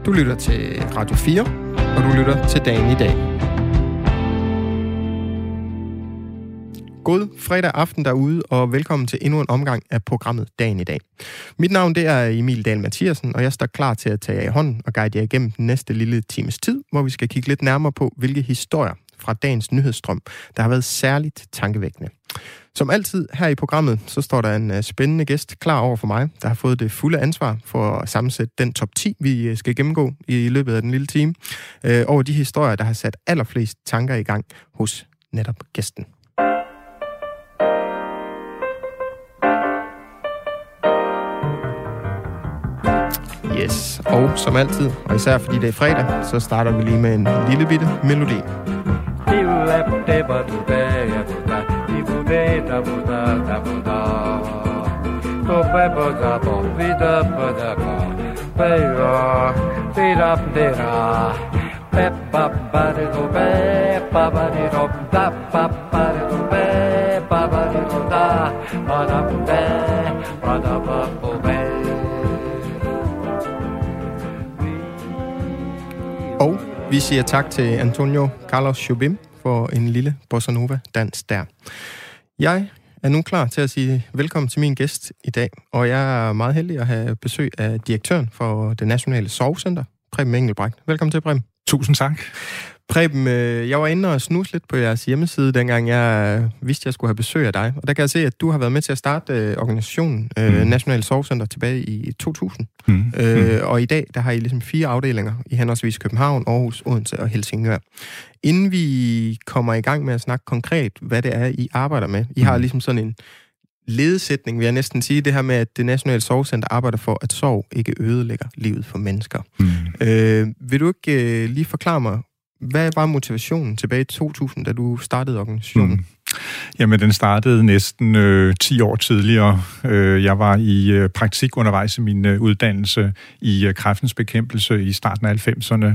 Du lytter til Radio 4, og du lytter til Dagen i dag. God fredag aften derude, og velkommen til endnu en omgang af programmet Dagen i dag. Mit navn det er Emil Dahl Mathiasen, og jeg står klar til at tage jer i hånden og guide jer igennem den næste lille times tid, hvor vi skal kigge lidt nærmere på, hvilke historier fra dagens nyhedsstrøm, der har været særligt tankevækkende. Som altid her i programmet, så står der en spændende gæst klar over for mig, der har fået det fulde ansvar for at sammensætte den top 10, vi skal gennemgå i løbet af den lille time, over de historier, der har sat allerflest tanker i gang hos netop gæsten. Yes, og som altid, og især fordi det er fredag, så starter vi lige med en lille bitte melodi. Og vi siger tak til Antonio Carlos Jobim for en lille bossa nova-dans der. Jeg er nu klar til at sige velkommen til min gæst i dag, og jeg er meget heldig at have besøg af direktøren for det Nationale Sorgcenter, Preben Engelbrecht. Velkommen til, Preben. Tusind tak. Preben, jeg var inde og snuse lidt på jeres hjemmeside, dengang jeg vidste, jeg skulle have besøg af dig. Og der kan jeg se, at du har været med til at starte organisationen Nationale Sorgcenter tilbage i 2000. Og i dag, der har I ligesom 4 afdelinger i henholdsvis København, Aarhus, Odense og Helsingør. Inden vi kommer i gang med at snakke konkret, hvad det er, I arbejder med. I har ligesom sådan en ledesætning, vil jeg næsten sige, det her med, at det Nationale Sorgcenter arbejder for, at sorg ikke ødelægger livet for mennesker. Vil du ikke lige forklare mig, hvad var motivationen tilbage i 2000, da du startede organisationen? Jamen, den startede næsten 10 år tidligere. Jeg var i praktik undervejs i min uddannelse i kræftens bekæmpelse i starten af 90'erne.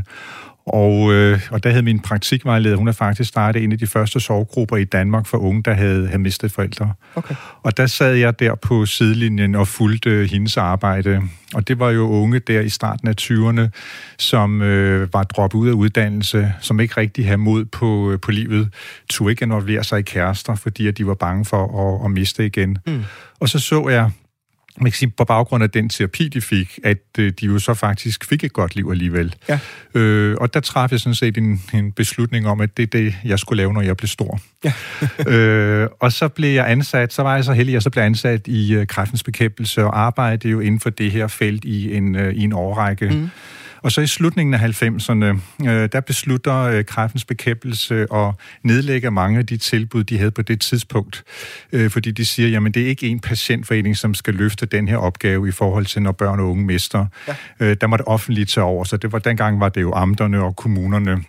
Og der havde min praktikvejleder, hun har faktisk startet en af de første sorggrupper i Danmark for unge, der havde mistet forældre. Okay. Og der sad jeg der på sidelinjen og fulgte hendes arbejde. Og det var jo unge der i starten af 20'erne, som var droppet ud af uddannelse, som ikke rigtig havde mod på livet, tog ikke involvere sig i kærester, fordi at de var bange for at miste igen. Og så jeg, man kan sige, på baggrund af den terapi, de fik, at de jo så faktisk fik et godt liv alligevel. Ja. Og der traf jeg sådan set en beslutning om, at det er det, jeg skulle lave, når jeg blev stor. Ja. Og så blev jeg ansat, så var jeg så heldig, at jeg blev ansat i kræftens bekæmpelse og arbejdede jo inden for det her felt i en årrække. Og så i slutningen af 90'erne, der beslutter kræftens bekæmpelse at nedlægge mange af de tilbud, de havde på det tidspunkt. Fordi de siger, jamen det er ikke en patientforening, som skal løfte den her opgave i forhold til, når børn og unge mister. Ja. Der må det offentlige tage over, så dengang var det jo amterne og kommunerne.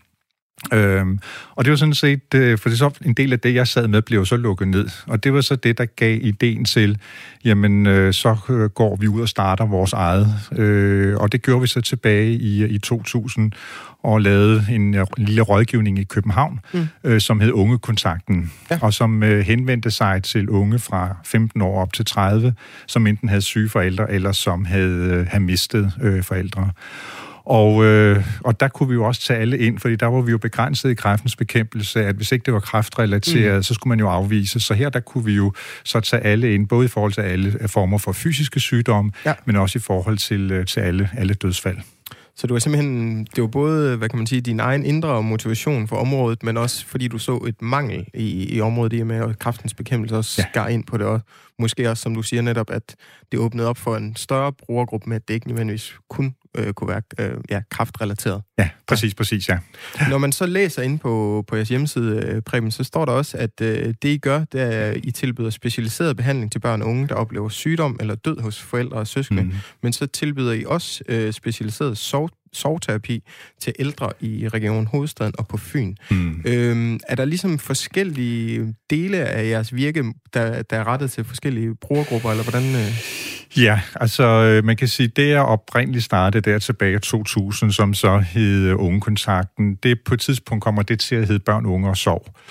Og det var sådan set, for det så en del af det, jeg sad med, blev så lukket ned. Og det var så det, der gav ideen til, jamen så går vi ud og starter vores eget. Og det gjorde vi så tilbage i 2000 og lavede en lille rådgivning i København, som hed Ungekontakten, og som henvendte sig til unge fra 15 år op til 30, som enten havde syge forældre, eller som havde mistet forældre. Og der kunne vi jo også tage alle ind, fordi der var vi jo begrænset i kræftens bekæmpelse, at hvis ikke det var kræftrelateret, så skulle man jo afvise. Så her der kunne vi jo så tage alle ind, både i forhold til alle former for fysiske sygdomme, men også i forhold til alle dødsfald. Så du er simpelthen, det var både, hvad kan man sige, din egen indre motivation for området, men også fordi du så et mangel i området, i og med at kræftens bekæmpelse også skar ind på det, og måske også, som du siger netop, at det åbnede op for en større brugergruppe med, at det ikke nødvendigvis kun kunne være kræftrelateret. Ja, præcis, ja. Når man så læser inde på jeres hjemmeside, Preben, så står der også, at det I gør, det er, at I tilbyder specialiseret behandling til børn og unge, der oplever sygdom eller død hos forældre og søskende, men så tilbyder I også specialiseret sorgterapi til ældre i Region Hovedstaden og på Fyn. Er der ligesom forskellige dele af jeres virke, der er rettet til forskellige brugergrupper, eller hvordan? Ja, altså man kan sige, det er oprindeligt startet der tilbage i 2000, som så hed Ungekontakten. Det på et tidspunkt kommer det til at hedde Børn, Unge og Sorg.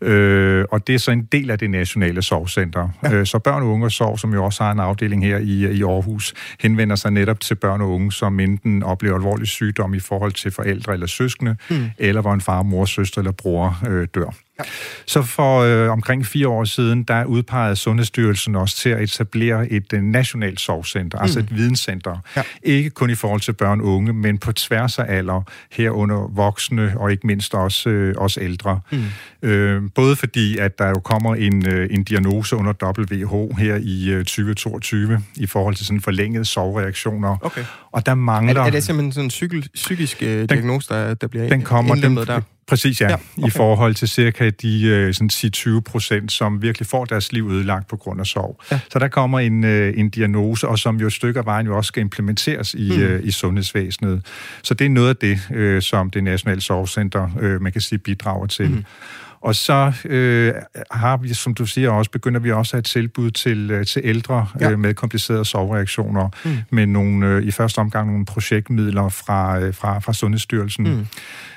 Og det er så en del af det nationale sorgcenter. Ja. Så Børn og Unge og Sorg, som jo også har en afdeling her i Aarhus, henvender sig netop til børn og unge, som enten oplever alvorlig sygdom i forhold til forældre eller søskende, eller hvor en far, mor, søster eller bror dør. Ja. Så for omkring 4 år siden, der udpegede Sundhedsstyrelsen også til at etablere et nationalt sorgcenter, altså et videnscenter. Ja. Ikke kun i forhold til børn og unge, men på tværs af alder, herunder voksne og ikke mindst også ældre. Både fordi, at der jo kommer en diagnose under WHO her i 2022 i forhold til sådan forlængede sorgreaktioner. Okay. Og der mangler... Er det simpelthen sådan en psykisk diagnose, der bliver indlemmet der? Præcis, ja. Okay. I forhold til cirka de 10-20%, som virkelig får deres liv ødelagt på grund af sorg. Ja. Så der kommer en diagnose, og som jo et stykke af vejen jo også skal implementeres i sundhedsvæsenet. Så det er noget af det, som det nationale sorgcenter, man kan sige, bidrager til. Og så har vi, som du siger også, begynder vi også at have et tilbud til ældre med komplicerede sorgreaktioner, med nogle, i første omgang nogle projektmidler fra Sundhedsstyrelsen.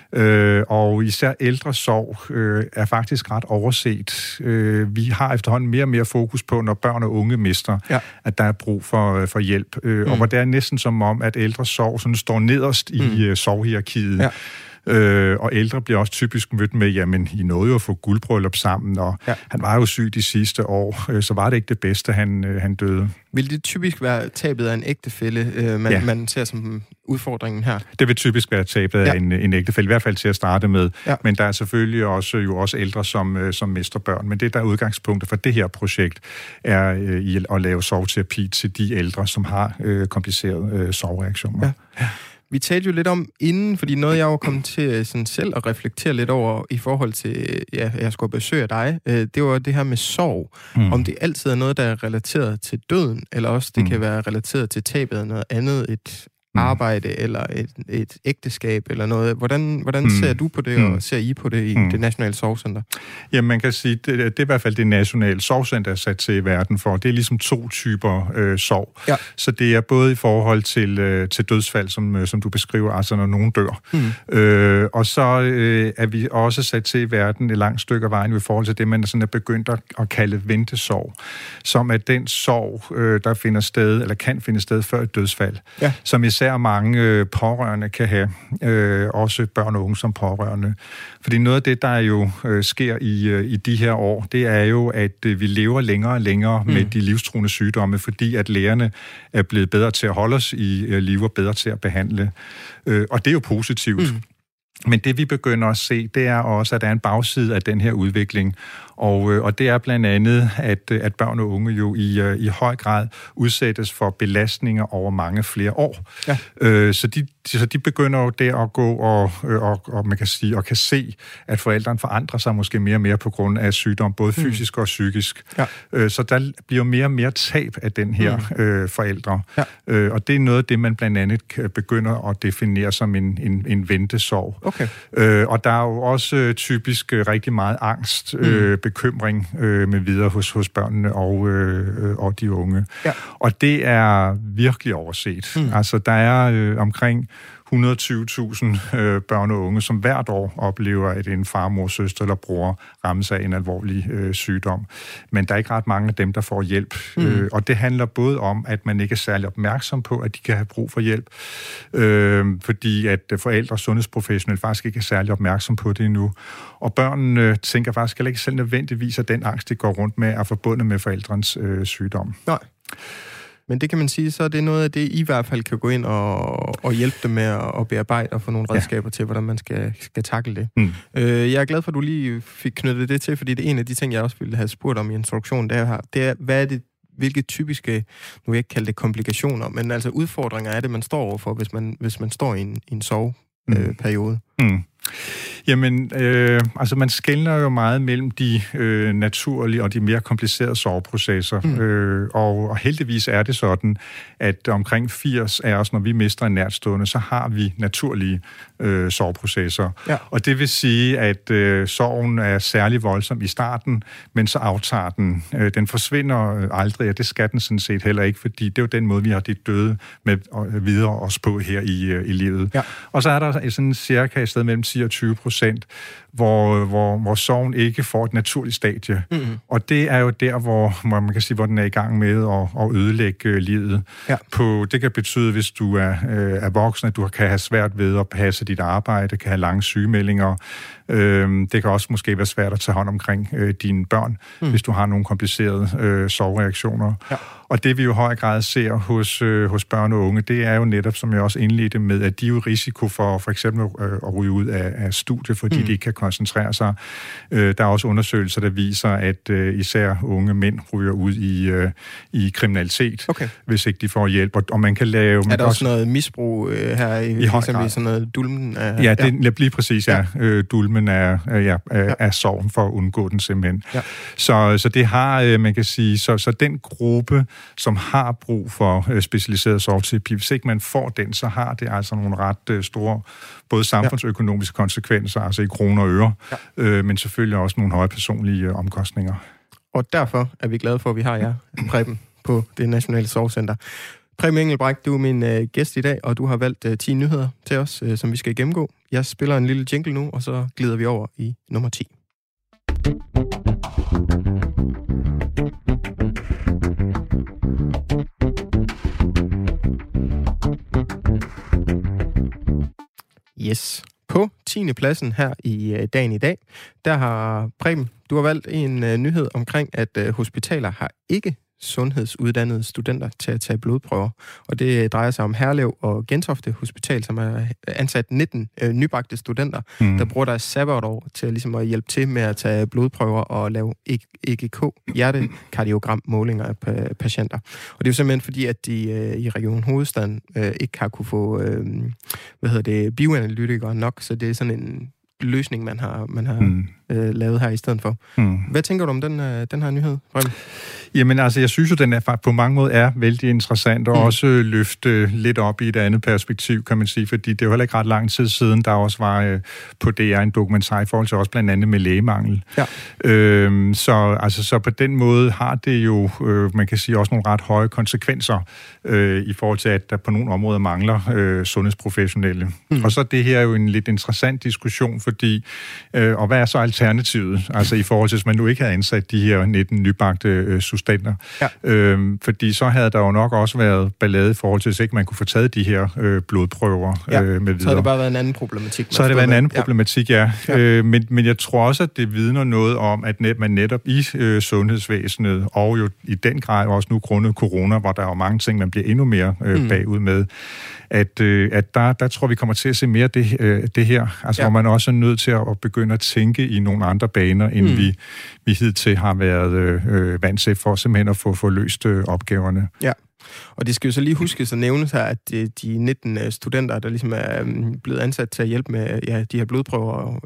Og især ældresorg er faktisk ret overset. Vi har efterhånden mere og mere fokus på, når børn og unge mister, at der er brug for hjælp. Og hvor det er næsten som om, at ældresorg sådan står nederst i sorghierarkiet. Ja. Og ældre bliver også typisk mødt med, jamen, I nåede jo at få guldbryllup sammen, og han var jo syg de sidste år, så var det ikke det bedste, han døde. Vil det typisk være tabet af en ægtefælle, man ser som udfordringen her? Det vil typisk være tabet af en ægtefælle, i hvert fald til at starte med. Ja. Men der er selvfølgelig også ældre, som mister børn. Men det, der er udgangspunktet for det her projekt, er i at lave sorgterapi til de ældre, som har komplicerede sorgreaktioner. Ja. Vi talte jo lidt om inden, fordi noget, jeg var kommet til sådan selv at reflektere lidt over i forhold til, jeg skulle besøge dig, det var det her med sorg. Om det altid er noget, der er relateret til døden, eller også det kan være relateret til tabet af noget andet, et arbejde eller et ægteskab eller noget. Hvordan ser du på det, og ser I på det i det Nationale Sorgcenter? Jamen, man kan sige, det er i hvert fald det Nationale Sorgcenter er sat til i verden for. Det er ligesom 2 typer sorg. Ja. Så det er både i forhold til dødsfald, som du beskriver, altså når nogen dør. Og så er vi også sat til i verden et langt stykke af vejen i forhold til det, man sådan er begyndt at kalde ventesorg, som er den sorg, der finder sted, eller kan finde sted før et dødsfald, som især mange pårørende kan have, også børn og unge som pårørende. Fordi noget af det, der jo sker i de her år, det er jo, at vi lever længere og længere med de livstruende sygdomme, fordi at lægerne er blevet bedre til at holde os i live og bedre til at behandle. Og det er jo positivt. Men det, vi begynder at se, det er også, at der er en bagside af den her udvikling. Og det er blandt andet, at børn og unge jo i høj grad udsættes for belastninger over mange flere år. Ja. Så de begynder jo der at gå og man kan sige, og kan se, at forældrene forandrer sig måske mere og mere på grund af sygdom, både fysisk og psykisk. Ja. Så der bliver mere og mere tab af den her forældre. Ja. Og det er noget af det, man blandt andet begynder at definere som en ventesorg. Okay. Og der er jo også typisk rigtig meget angst, bekymring med videre hos børnene og de unge. Ja. Og det er virkelig overset. Altså, der er omkring 120.000 børn og unge, som hvert år oplever, at en far, mor, søster eller bror rammes af en alvorlig sygdom. Men der er ikke ret mange af dem, der får hjælp. Og det handler både om, at man ikke er særlig opmærksom på, at de kan have brug for hjælp, fordi at forældre og sundhedsprofessionelle faktisk ikke er særlig opmærksom på det endnu. Og børnene tænker faktisk heller ikke selv nødvendigvis, at den angst, det går rundt med, er forbundet med forældrens sygdom. Nej. Men det kan man sige, så er det noget af det, I hvert fald kan gå ind og hjælpe dem med at bearbejde og få nogle redskaber til, hvordan man skal tackle det. Jeg er glad for, at du lige fik knyttet det til, fordi det er en af de ting, jeg også ville have spurgt om i introduktionen, det er, hvad er det, hvilke typiske, nu vil jeg ikke kalde det komplikationer, men altså udfordringer er det, man står overfor, hvis man står i en soveperiode? Jamen, altså man skelner jo meget mellem de naturlige og de mere komplicerede sorgprocesser. Og heldigvis er det sådan, at omkring 80 af os, når vi mister en nærtstående, så har vi naturlige sorgprocesser. Ja. Og det vil sige, at sorgen er særlig voldsom i starten, men så aftager den. Den forsvinder aldrig, og det skal den sådan set heller ikke, fordi det er jo den måde, vi har de døde med videre os på her i livet. Ja. Og så er der sådan cirka et sted mellem 10 og 20% hvor sorgen ikke får et naturligt stadie. Mm-hmm. Og det er jo der, hvor man kan sige, hvor den er i gang med at ødelægge livet. Ja. Det kan betyde, hvis du er voksen, at du kan have svært ved at passe dit arbejde, kan have lange sygemeldinger. Det kan også måske være svært at tage hånd omkring dine børn, hvis du har nogle komplicerede sorgreaktioner. Ja. Og det vi jo i høj grad ser hos børn og unge, det er jo netop, som jeg også indledte med, at de er jo risiko for eksempel at ryge ud af studiet, fordi de ikke kan koncentrere sig. Der er også undersøgelser, der viser, at især unge mænd ryger ud i kriminalitet, hvis ikke de får hjælp. Og man kan lave... Er der også noget misbrug her i eksempel sådan noget dulmen? Ja, det bliver præcis, ja. Dulmen er sorgen for at undgå den simpelthen. Ja. Så det har, man kan sige, så den gruppe, som har brug for specialiseret sorgterapi, hvis ikke man får den, så har det altså nogle ret store, både samfundsøkonomiske konsekvenser, altså i kroner og øre, men selvfølgelig også nogle høje personlige omkostninger. Og derfor er vi glade for, at vi har jer, Preben, på det Nationale Sorgcenter. Preben Engelbrecht, du er min gæst i dag, og du har valgt 10 nyheder til os, som vi skal gennemgå. Jeg spiller en lille jingle nu, og så glider vi over i nummer 10. Yes. På 10. pladsen her i dagen i dag, der har Preben, du har valgt en nyhed omkring, at hospitaler har ikke sundhedsuddannede studenter til at tage blodprøver. Og det drejer sig om Herlev og Gentofte Hospital, som har ansat 19 nybagte studenter, der bruger deres sabbatår til ligesom at hjælpe til med at tage blodprøver og lave EKG, hjertekardiogram-målinger af patienter. Og det er jo simpelthen fordi, at de i Region Hovedstaden ikke har kunne få bioanalytikere nok, så det er sådan en løsning, man har lavet her i stedet for. Hvad tænker du om den her nyhed, Preben? Jamen altså, jeg synes jo, den er på mange måder er vældig interessant, og også løfte lidt op i et andet perspektiv, kan man sige, fordi det er jo heller ikke ret lang tid siden, der også var på DR en dokumentar i forhold til også blandt andet med lægemangel. Ja. Så på den måde har det jo, man kan sige, også nogle ret høje konsekvenser i forhold til, at der på nogle områder mangler sundhedsprofessionelle. Og så det her er jo en lidt interessant diskussion, fordi, og hvad er så alternativet, altså i forhold til, hvis man nu ikke havde ansat de her 19 nybagte studenter. Ja. Fordi så havde der jo nok også været ballade i forhold til, hvis ikke man kunne få taget de her blodprøver med videre. Så har det bare været en anden problematik. Så har det været en anden problematik, ja. Men jeg tror også, at det vidner noget om, at man netop i sundhedsvæsenet, og jo i den grad også nu grundet corona, hvor der er jo mange ting, man bliver endnu mere bagud med, at der tror vi kommer til at se mere det her. Altså hvor man også er nødt til at begynde at tænke i nogle andre baner, end vi hidtil har været vant til for simpelthen at få løst opgaverne. Ja. Og det skal jo så lige huskes at nævne her, at de 19 studenter, der ligesom er blevet ansat til at hjælpe med de her blodprøver og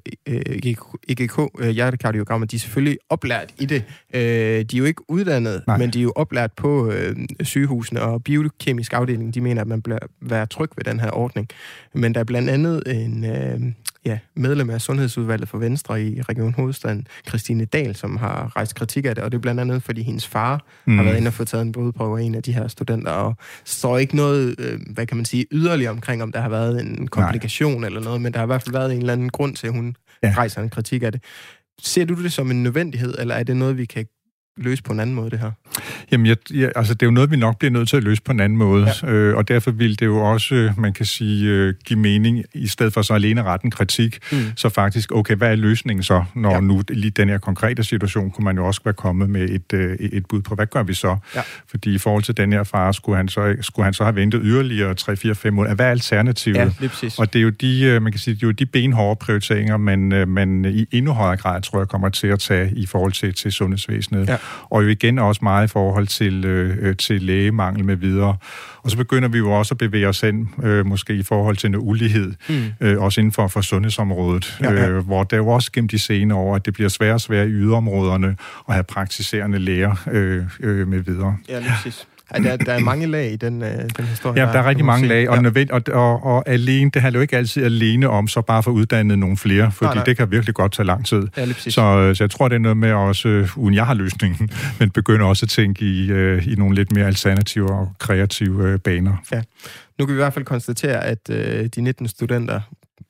EKG, hjertekardiogrammer, de er selvfølgelig oplært i det. De er jo ikke uddannet, men de er jo oplært på sygehusene og biokemisk afdeling. De mener, at man bliver være tryg ved den her ordning. Men der er blandt andet en medlem af Sundhedsudvalget for Venstre i Region Hovedstaden, Christine Dahl, som har rejst kritik af det, og det er blandt andet, fordi hendes far har været inde og fået taget en blodprøve af en af de her studenter, og står ikke noget, hvad kan man sige, yderligere omkring, om der har været en komplikation eller noget, men der har i hvert fald været en eller anden grund til, at hun rejser en kritik af det. Ser du det som en nødvendighed, eller er det noget, vi kan løse på en anden måde, det her? Jamen, altså, det er jo noget, vi nok bliver nødt til at løse på en anden måde, og derfor vil det jo også, man kan sige, give mening, i stedet for så alene retten kritik, så faktisk, okay, hvad er løsningen så, når nu lige den her konkrete situation, kunne man jo også være kommet med et bud på, hvad gør vi så? Ja. Fordi i forhold til den her far, skulle han så have ventet yderligere 3-4-5 måneder. Hvad er alternativet? Ja, lige præcis. Og det er jo man kan sige, det er jo de benhårde prioriteringer, man i endnu højere grad, tror jeg, kommer til at tage i forhold til sundhedsvæsenet. Ja. Og jo igen også meget i forhold til lægemangel med videre. Og så begynder vi jo også at bevæge os hen, måske i forhold til noget ulighed, også inden for sundhedsområdet, hvor der jo også gennem de senere år, at det bliver sværere og sværere i yderområderne at have praktiserende læger med videre. Ja, lige præcis. Der er mange lag i den historie. Ja, der er rigtig mange lag, og alene, det handler jo ikke altid alene om så bare for uddannet nogle flere, fordi det kan virkelig godt tage lang tid. Ja, så jeg tror, det er noget med også, uden jeg har løsningen, men begynder også at tænke i nogle lidt mere alternative og kreative baner. Ja. Nu kan vi i hvert fald konstatere, at de 19 studenter fra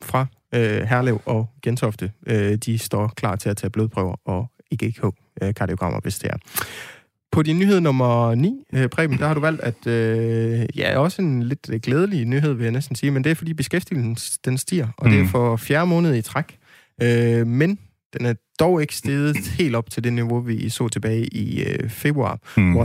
Herlev og Gentofte, de står klar til at tage blodprøver og EKG-kardiogrammer, hvis det er. På din nyhed nummer 9, Preben, der har du valgt, at også en lidt glædelig nyhed, vil jeg næsten sige, men det er, fordi beskæftigelsen den stiger, og det er for 4. måned i træk. Men den er dog ikke steget helt op til det niveau, vi så tilbage i februar, hvor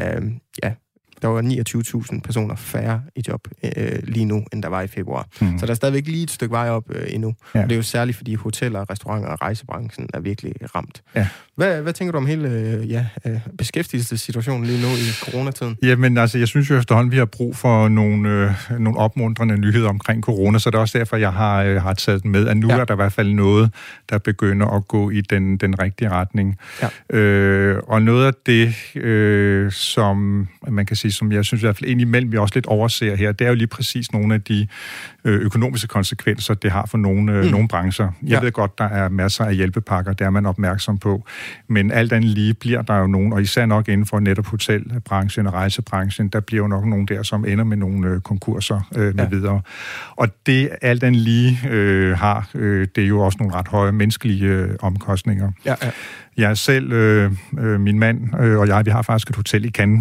der var 29.000 personer færre i job lige nu, end der var i februar. Så der er stadigvæk lige et stykke vej op endnu. Ja. Og det er jo særligt, fordi hoteller, restauranter og rejsebranchen er virkelig ramt. Ja. Hvad tænker du om hele beskæftigelsessituationen lige nu i coronatiden? Jamen, altså, jeg synes jo efterhånden, vi har brug for nogle opmuntrende nyheder omkring corona, så det er også derfor, jeg har taget den med, at nu er der i hvert fald noget, der begynder at gå i den rigtige retning. Ja. Og noget af det, som man kan sige, som jeg synes i hvert fald indimellem, vi også lidt overser her, det er jo lige præcis nogle af de økonomiske konsekvenser, det har for nogle brancher. Jeg ved godt, der er masser af hjælpepakker, der er man opmærksom på, men alt andet lige bliver der jo nogen, og især nok inden for netop hotelbranchen og rejsebranchen, der bliver jo nok nogen der, som ender med nogle konkurser med videre. Og det alt andet lige har, det er jo også nogle ret høje menneskelige omkostninger. Ja. Jeg er selv, min mand og jeg, vi har faktisk et hotel i Cannes,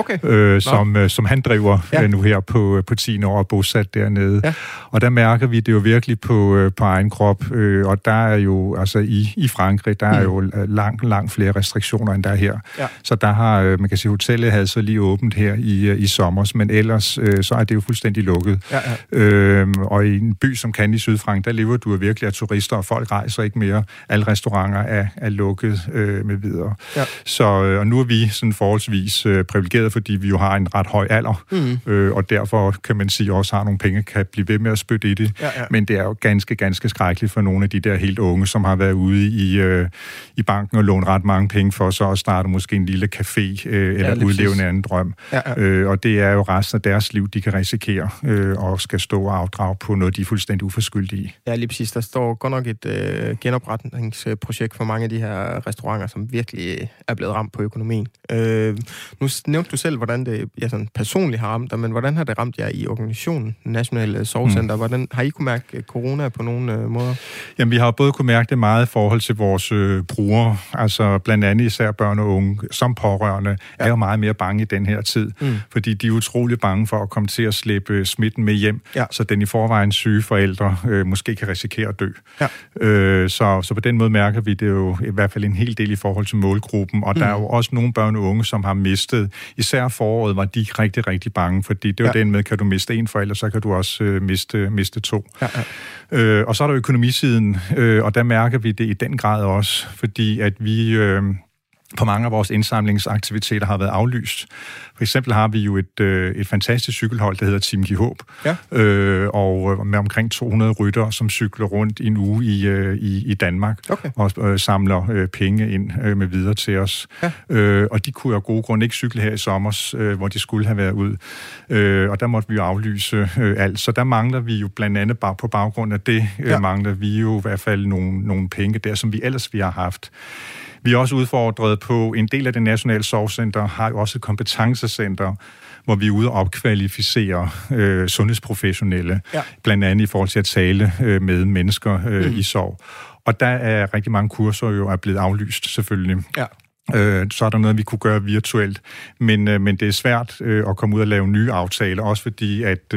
som han driver nu her på 10 år og bosat dernede. Ja. Og der mærker vi det jo virkelig på egen krop, og der er jo, altså i Frankrig, der er jo langt flere restriktioner, end der er her. Ja. Så der har, man kan sige, hotellet havde så lige åbent her i sommer, men ellers så er det jo fuldstændig lukket. Ja. Og i en by som Cannes i Sydfrankrig, der lever du virkelig af turister, og folk rejser ikke mere. Alle restauranter er lukket med videre. Ja. Så, og nu er vi sådan forholdsvis privilegeret, fordi vi jo har en ret høj alder, og derfor kan man sige, også har nogle penge, kan blive ved med at spytte i det. Ja. Men det er jo ganske skrækkeligt for nogle af de der helt unge, som har været ude i banken og lånt ret mange penge for så at starte måske en lille café eller udleve en anden drøm. Ja. Og det er jo resten af deres liv, de kan risikere og skal stå og afdrage på noget, de er fuldstændig uforskyldige i. Ja, lige præcis. Der står godt nok et genopretningsprojekt for mange af de her restauranter, som virkelig er blevet ramt på økonomien. Nu nævnte du selv, hvordan det sådan personligt har ramt dig, men hvordan har det ramt jer i organisationen, Nationale Sorgcenter? Hvordan har I kunne mærke corona på nogle måder? Jamen, vi har både kunne mærke det meget i forhold til vores brugere, altså blandt andet især børn og unge, som pårørende, er jo meget mere bange i den her tid, fordi de er utrolig bange for at komme til at slippe smitten med hjem, så den i forvejen syge forældre måske kan risikere at dø. Ja. Så på den måde mærker vi det jo i hvert fald en hel del i forhold til målgruppen, og der er jo også nogle børn og unge, som har mistet. Især foråret var de rigtig, rigtig bange, fordi det var den med, kan du miste en forælder, så kan du også miste to. Ja. Og så er der økonomisiden, og der mærker vi det i den grad også, fordi at vi på mange af vores indsamlingsaktiviteter har været aflyst. For eksempel har vi jo et fantastisk cykelhold, der hedder Team Giv Håb, og med omkring 200 ryttere, som cykler rundt i en uge i Danmark, og samler penge ind med videre til os. Ja. Og de kunne af gode grunde ikke cykle her i sommer, hvor de skulle have været ud. Og der måtte vi jo aflyse alt. Så der mangler vi jo blandt andet bare på baggrund af det, mangler vi jo i hvert fald nogle penge der, som vi ellers har haft. Vi er også udfordret på, en del af det Nationale Sorgcenter har jo også et kompetencecenter, hvor vi er ude og opkvalificere sundhedsprofessionelle, blandt andet i forhold til at tale med mennesker i sorg. Og der er rigtig mange kurser jo er blevet aflyst, selvfølgelig. Ja. Så er der noget, vi kunne gøre virtuelt, men det er svært at komme ud og lave nye aftaler, også fordi at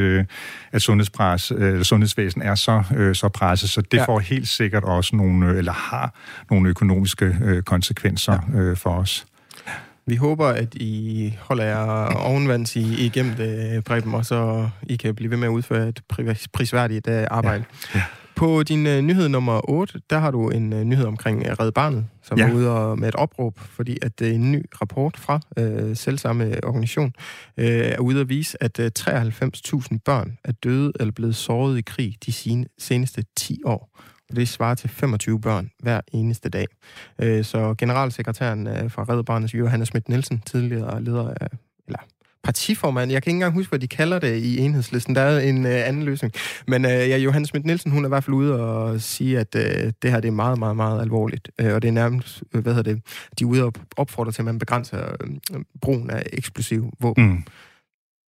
sundhedsvæsen er så presset, så det får helt sikkert også har nogle økonomiske konsekvenser for os. Vi håber, at I holder jer ovenvands igennem det, Preben, og så I kan blive ved med at udføre et prisværdigt arbejde. Ja. På din nyhed nummer 8, der har du en nyhed omkring Red Barnet, som er ude med et opråb, fordi at en ny rapport fra selvsamme organisation er ude at vise, at 93.000 børn er døde eller blevet såret i krig de seneste 10 år. Det svarer til 25 børn hver eneste dag. Så generalsekretæren fra Red Barnet, Johannes Schmidt-Nielsen, tidligere leder af, partiformand. Jeg kan ikke engang huske, hvad de kalder det i Enhedslisten. Der er en anden løsning. Men Johannes Schmidt-Nielsen, hun er i hvert fald ude og sige, at det her det er meget, meget, meget alvorligt. Og det er nærmest, de er ude og opfordre til, at man begrænser brugen af eksplosive våben.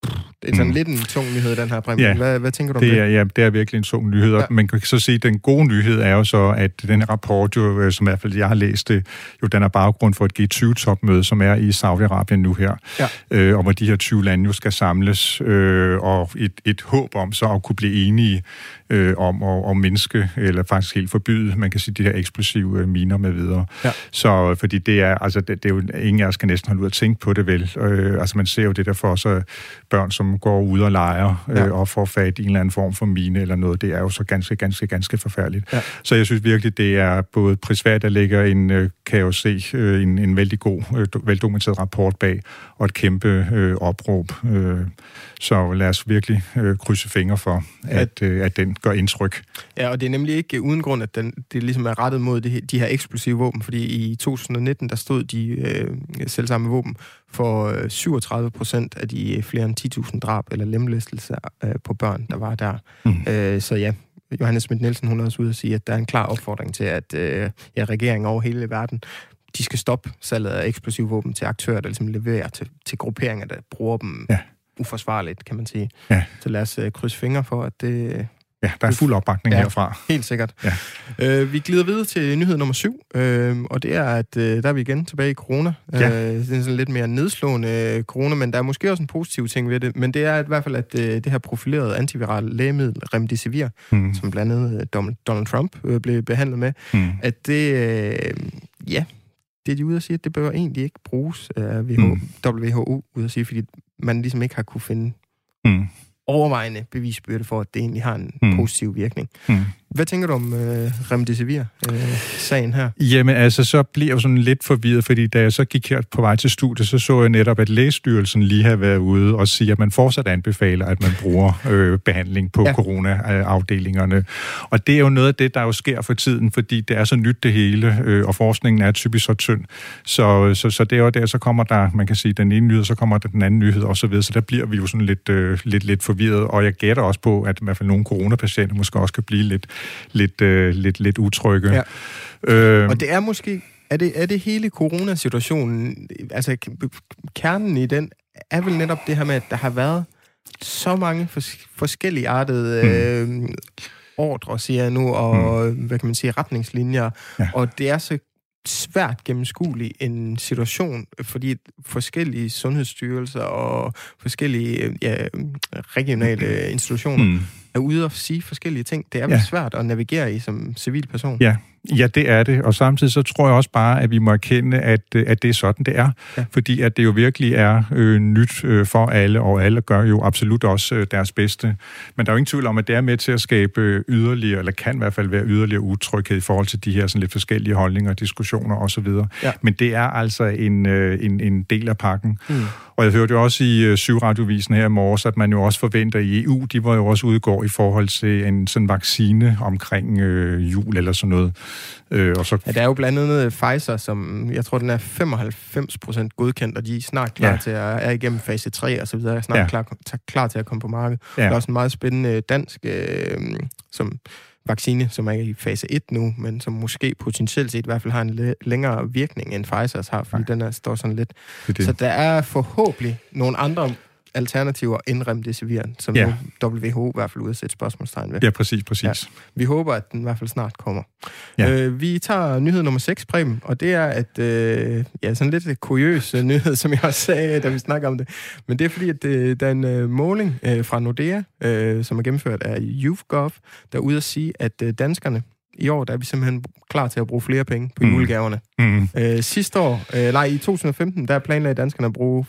Det er sådan lidt en tung nyhed, den her præmie. Ja, hvad tænker du om det? Ja, det er virkelig en tung nyhed. Ja. Man kan så sige, at den gode nyhed er jo så, at den rapport, jo, som i hvert fald jeg har læst det, jo den er baggrund for et G20-topmøde, som er i Saudi-Arabien nu her, og hvor de her 20 lande jo skal samles, og et håb om så at kunne blive enige om at mindske, eller faktisk helt forbyde, man kan sige, de her eksplosive miner med videre. Ja. Så, fordi det er jo, ingen af os kan næsten holde ud at tænke på det vel. Altså man ser jo det der for så børn, som går ud og leger, og får fat i en eller anden form for mine eller noget, det er jo så ganske forfærdeligt. Ja. Så jeg synes virkelig, det er både prisværdigt, der ligger en, kan jeg jo se, en vældig god, veldokumenteret rapport bag, og et kæmpe opråb. Så lad os virkelig krydse fingre for, at den gør indtryk. Ja, og det er nemlig ikke uden grund, at det ligesom er rettet mod de her eksplosive våben, fordi i 2019, der stod de selvsamme våben for 37% af de flere end 10.000 drab eller lemlæstelser på børn, der var der. Så ja, Johannes Schmidt-Nielsen, hun er også ude at sige, at der er en klar opfordring til, at regeringen over hele verden, de skal stoppe salget af eksplosive våben til aktører, der ligesom leverer til grupperinger, der bruger dem uforsvarligt, kan man sige. Ja. Så lad os krydse fingre for, at det... Ja, der er fuld opbakning herfra. Helt sikkert. Ja. Vi glider videre til nyhed nummer 7, og det er, at der er vi igen tilbage i corona. Det er sådan lidt mere nedslående corona, men der er måske også en positiv ting ved det. Men det er i hvert fald, at det her profilerede antivirale lægemiddel, Remdesivir, som blandt andet Donald Trump blev behandlet med, at det, det er de ude at sige, at det bør egentlig ikke bruges af WHO ude at sige, fordi man ligesom ikke har kunne finde overvejende bevisbyrde for, at det egentlig har en positiv virkning. Hvad tænker du om Remdesivir-sagen her? Jamen altså, så bliver jeg jo sådan lidt forvirret, fordi da jeg så gik her på vej til studiet, så jeg netop, at Lægestyrelsen lige har været ude og sige, at man fortsat anbefaler, at man bruger behandling på corona-afdelingerne. Og det er jo noget af det, der jo sker for tiden, fordi det er så nyt det hele, og forskningen er typisk så tynd. Så det er jo der, så kommer der, man kan sige, den ene nyhed, så kommer der den anden nyhed og så videre, så der bliver vi jo sådan lidt forvirret, og jeg gætter også på, at i hvert fald nogle coronapatienter måske også kan blive lidt utrygge. Ja. Og det er måske, er det hele coronasituationen, altså kernen i den, er vel netop det her med, at der har været så mange forskellige artede ordre, siger jeg nu, og hvad kan man sige, retningslinjer, og det er så svært gennemskuelig en situation, fordi forskellige sundhedsstyrelser og forskellige regionale institutioner er ude og sige forskellige ting. Det er vel svært at navigere i som civilperson. Ja, det er det, og samtidig så tror jeg også bare, at vi må erkende, at det er sådan, det er. Ja. Fordi at det jo virkelig er nyt for alle, og alle gør jo absolut også deres bedste. Men der er jo ingen tvivl om, at det er med til at skabe yderligere, eller kan i hvert fald være yderligere utryghed i forhold til de her sådan lidt forskellige holdninger, diskussioner osv. Ja. Men det er altså en del af pakken. Og jeg hørte jo også i Syvradioavisen her i morges, at man jo også forventer i EU, de var jo også udgår i forhold til en sådan vaccine omkring jul eller sådan noget. Og så... Ja, der er jo blandt andet Pfizer, som jeg tror, den er 95% godkendt, og de er snart klar til at er igennem fase 3 og så videre, snart klar til at komme på markedet. Der er også en meget spændende dansk som vaccine, som er i fase 1 nu, men som måske potentielt set i hvert fald har en længere virkning, end Pfizers har, fordi den står sådan lidt. Det. Så der er forhåbentlig nogle andre alternativer end Remdesivir, som nu WHO i hvert fald udsætter spørgsmålstegn ved. Ja, præcis. Ja. Vi håber, at den i hvert fald snart kommer. Ja. Vi tager nyhed nummer 6, Preben, og det er sådan lidt kuriøs nyhed, som jeg også sagde, da vi snakker om det. Men det er fordi, at der er en måling fra Nordea, som er gennemført af YouthGov, der er ude at sige, at danskerne i år, der er vi simpelthen klar til at bruge flere penge på julegaverne. Sidste år, i 2015, der planlagde danskerne at bruge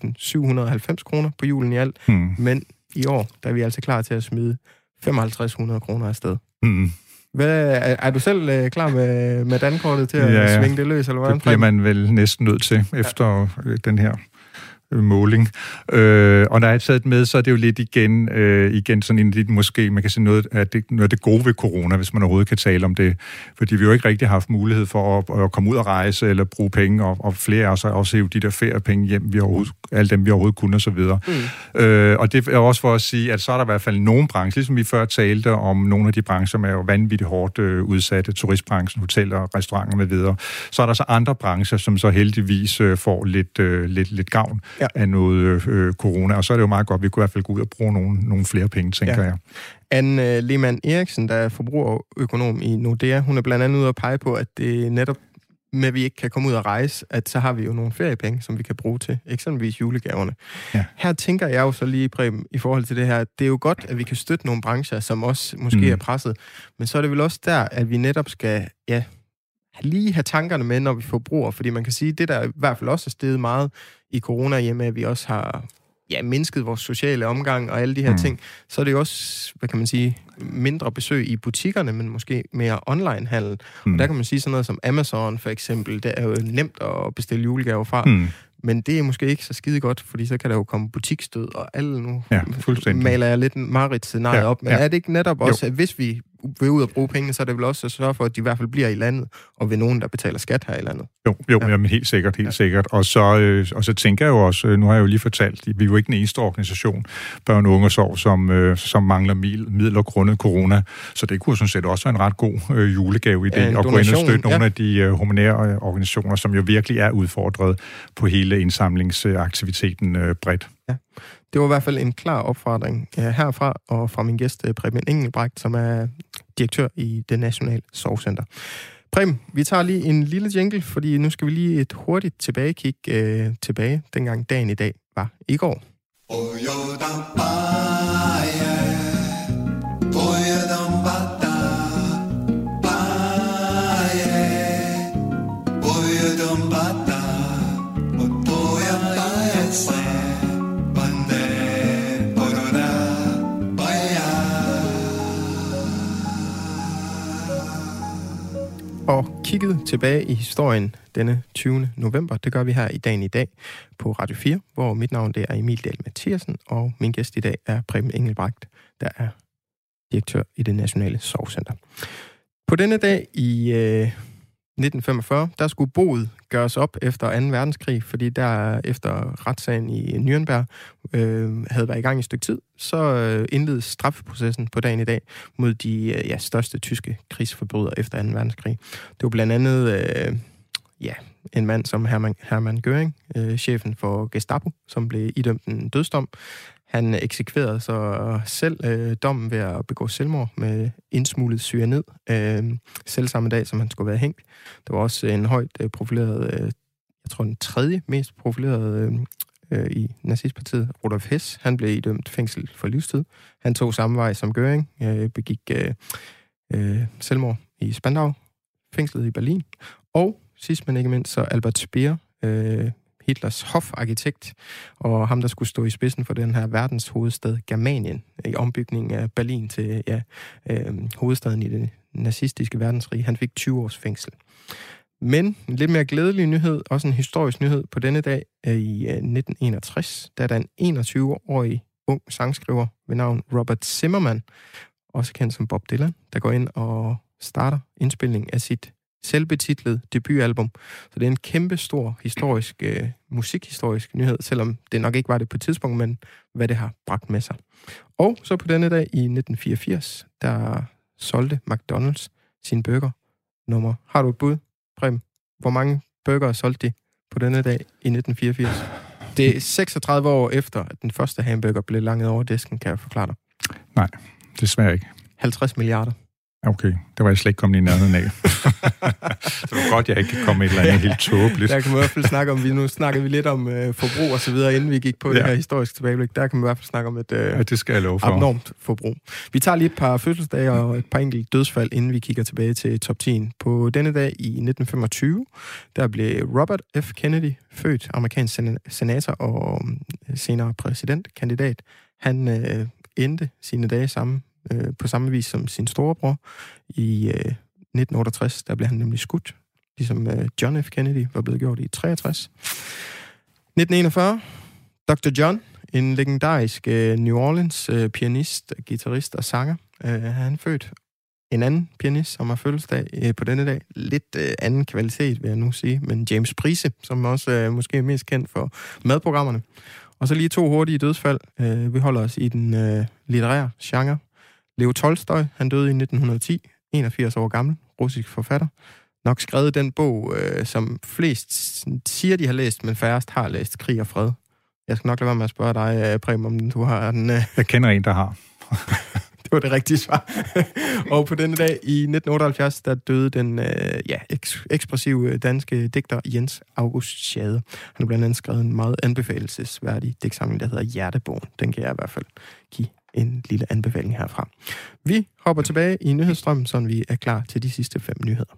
4.790 kroner på julen i alt. Men i år, der er vi altså klar til at smide 5.500 kroner afsted. Er du selv klar med dankortet til at svinge det løs, eller hvordan? Det bliver man vel næsten nødt til efter den her måling. Og når jeg har taget med, så er det jo lidt igen sådan en lidt måske, man kan sige noget af det gode ved corona, hvis man overhovedet kan tale om det. Fordi vi jo ikke rigtig har haft mulighed for at komme ud og rejse eller bruge penge, og flere af os har også hævet de der feriepenge hjem, alle dem vi overhovedet kunne, og så videre. Og det er også for at sige, at så er der i hvert fald nogle brancher, ligesom vi før talte om nogle af de brancher, som er jo vanvittigt hårdt udsatte, turistbranchen, hoteller, restauranter med videre. Så er der så andre brancher, som så heldigvis får lidt gavn. af noget corona. Og så er det jo meget godt, at vi kunne i hvert fald gå ud og bruge nogle flere penge, tænker jeg. Anne Lehmann Eriksen, der er forbrugerøkonom i Nordea, hun er blandt andet ude at pege på, at det netop med, at vi ikke kan komme ud og rejse, at så har vi jo nogle feriepenge, som vi kan bruge til, eksempelvis julegaverne. Ja. Her tænker jeg jo så lige, Preben, i forhold til det her, det er jo godt, at vi kan støtte nogle brancher, som også måske er presset, men så er det vel også der, at vi netop skal, lige have tankerne med, når vi forbruger, fordi man kan sige, det der i hvert fald også er steget meget i corona, hjemme, at vi også har mindsket vores sociale omgang og alle de her ting, så er det jo også, hvad kan man sige, mindre besøg i butikkerne, men måske mere online-handel. Og der kan man sige sådan noget som Amazon for eksempel, det er jo nemt at bestille julegaver fra, men det er måske ikke så skide godt, fordi så kan der jo komme butiksstød, og alle nu maler jeg lidt en Marit-scenarie op, men er det ikke netop også, at hvis vi vil ud og bruge pengene, så er det vel også at sørge for, at de i hvert fald bliver i landet, og ved nogen, der betaler skat her i landet? Jo, jamen helt sikkert. Og så tænker jeg jo også, nu har jeg jo lige fortalt, vi er jo ikke den eneste organisation, Børn og Unge Sorg, som mangler midler grundet corona, så det kunne sådan set også være en ret god julegave idé, at gå ind og støtte nogle af de humanitære organisationer, som jo virkelig er udfordret på hele indsamlingsaktiviteten bredt. Ja. Det var i hvert fald en klar opfordring herfra, og fra min gæst, Preben Engelbrecht, som er direktør i det Nationale Sorgcenter. Preben, vi tager lige en lille jingle, fordi nu skal vi lige et hurtigt tilbagekig tilbage, dengang dagen i dag var i går. Og kigget tilbage i historien denne 20. november, det gør vi her i dagen i dag på Radio 4, hvor mit navn det er Emil Dahl Mathiasen, og min gæst i dag er Preben Engelbrecht, der er direktør i det Nationale Sorgcenter. På denne dag i 1945, der skulle boet gøres op efter 2. verdenskrig, fordi der efter retssagen i Nürnberg havde været i gang i et stykke tid, så indledes straffeprocessen på dagen i dag mod de største tyske krigsforbrydere efter 2. verdenskrig. Det var blandt andet en mand som Hermann Göring, chefen for Gestapo, som blev idømt en dødsdom. Han eksekverede så selv dommen ved at begå selvmord med indsmuglet cyanid, selv samme dag, som han skulle være hængt. Der var også en højt profileret, jeg tror den 3. mest profilerede i nazistpartiet, Rudolf Hess. Han blev idømt fængsel for livstid. Han tog samme vej som Göring, begik selvmord i Spandau, fængslet i Berlin. Og sidst men ikke mindst så Albert Speer, Hitlers hofarkitekt, og ham, der skulle stå i spidsen for den her verdens hovedstad Germanien, i ombygningen af Berlin til hovedstaden i det nazistiske verdensrige. Han fik 20 års fængsel. Men en lidt mere glædelig nyhed, også en historisk nyhed på denne dag i 1961, der er der en 21-årig ung sangskriver ved navn Robert Zimmerman, også kendt som Bob Dylan, der går ind og starter indspilning af sit selvbetitlet debutalbum. Så det er en kæmpe stor musikhistorisk nyhed, selvom det nok ikke var det på et tidspunkt, men hvad det har bragt med sig. Og så på denne dag i 1984, der solgte McDonald's sin burgernummer. Har du et bud, Preben? Hvor mange burgere solgte de på denne dag i 1984? Det er 36 år efter, at den første hamburger blev langet over disken, kan jeg forklare dig. Nej, desværre ikke. 50 milliarder. Okay, det var jeg slet ikke kommet i nærheden af. Det var godt, jeg ikke kan komme et eller andet helt tåbeligt. Der kan man i hvert fald snakke om, nu snakkede vi lidt om forbrug og så videre, inden vi gik på det her historiske tilbageblik. Der kan man i hvert fald snakke om et det skal jeg love for. Abnormt forbrug. Vi tager lige et par fødselsdage og et par enkelte dødsfald, inden vi kigger tilbage til top 10. På denne dag i 1925, der blev Robert F. Kennedy født, amerikansk senator og senere præsidentkandidat. Han endte sine dage på samme vis som sin storebror. I 1968, der blev han nemlig skudt, ligesom John F. Kennedy var blevet gjort i 63. 1941, Dr. John, en legendarisk New Orleans pianist, guitarist og sanger. Han født. En anden pianist, som har fødselsdag på denne dag. Lidt anden kvalitet, vil jeg nu sige, men James Price, som også måske er mest kendt for madprogrammerne. Og så lige 2 hurtige dødsfald. Vi holder os i den litterære genre. Leo Tolstoj, han døde i 1910, 81 år gammel, russisk forfatter. Nok skrevet den bog, som flest siger, de har læst, men færrest har læst, Krig og Fred. Jeg skal nok lade være med at spørge dig, Preben, om du har den... Jeg kender en, der har. Det var det rigtige svar. Og på denne dag i 1978, der døde den ekspressive danske digter Jens August Schade. Han har blandt andet skrevet en meget anbefalelsesværdig digtsamling, der hedder Hjertebogen. Den kan jeg i hvert fald give en lille anbefaling herfra. Vi hopper tilbage i nyhedsstrømmen, så vi er klar til de sidste 5 nyheder.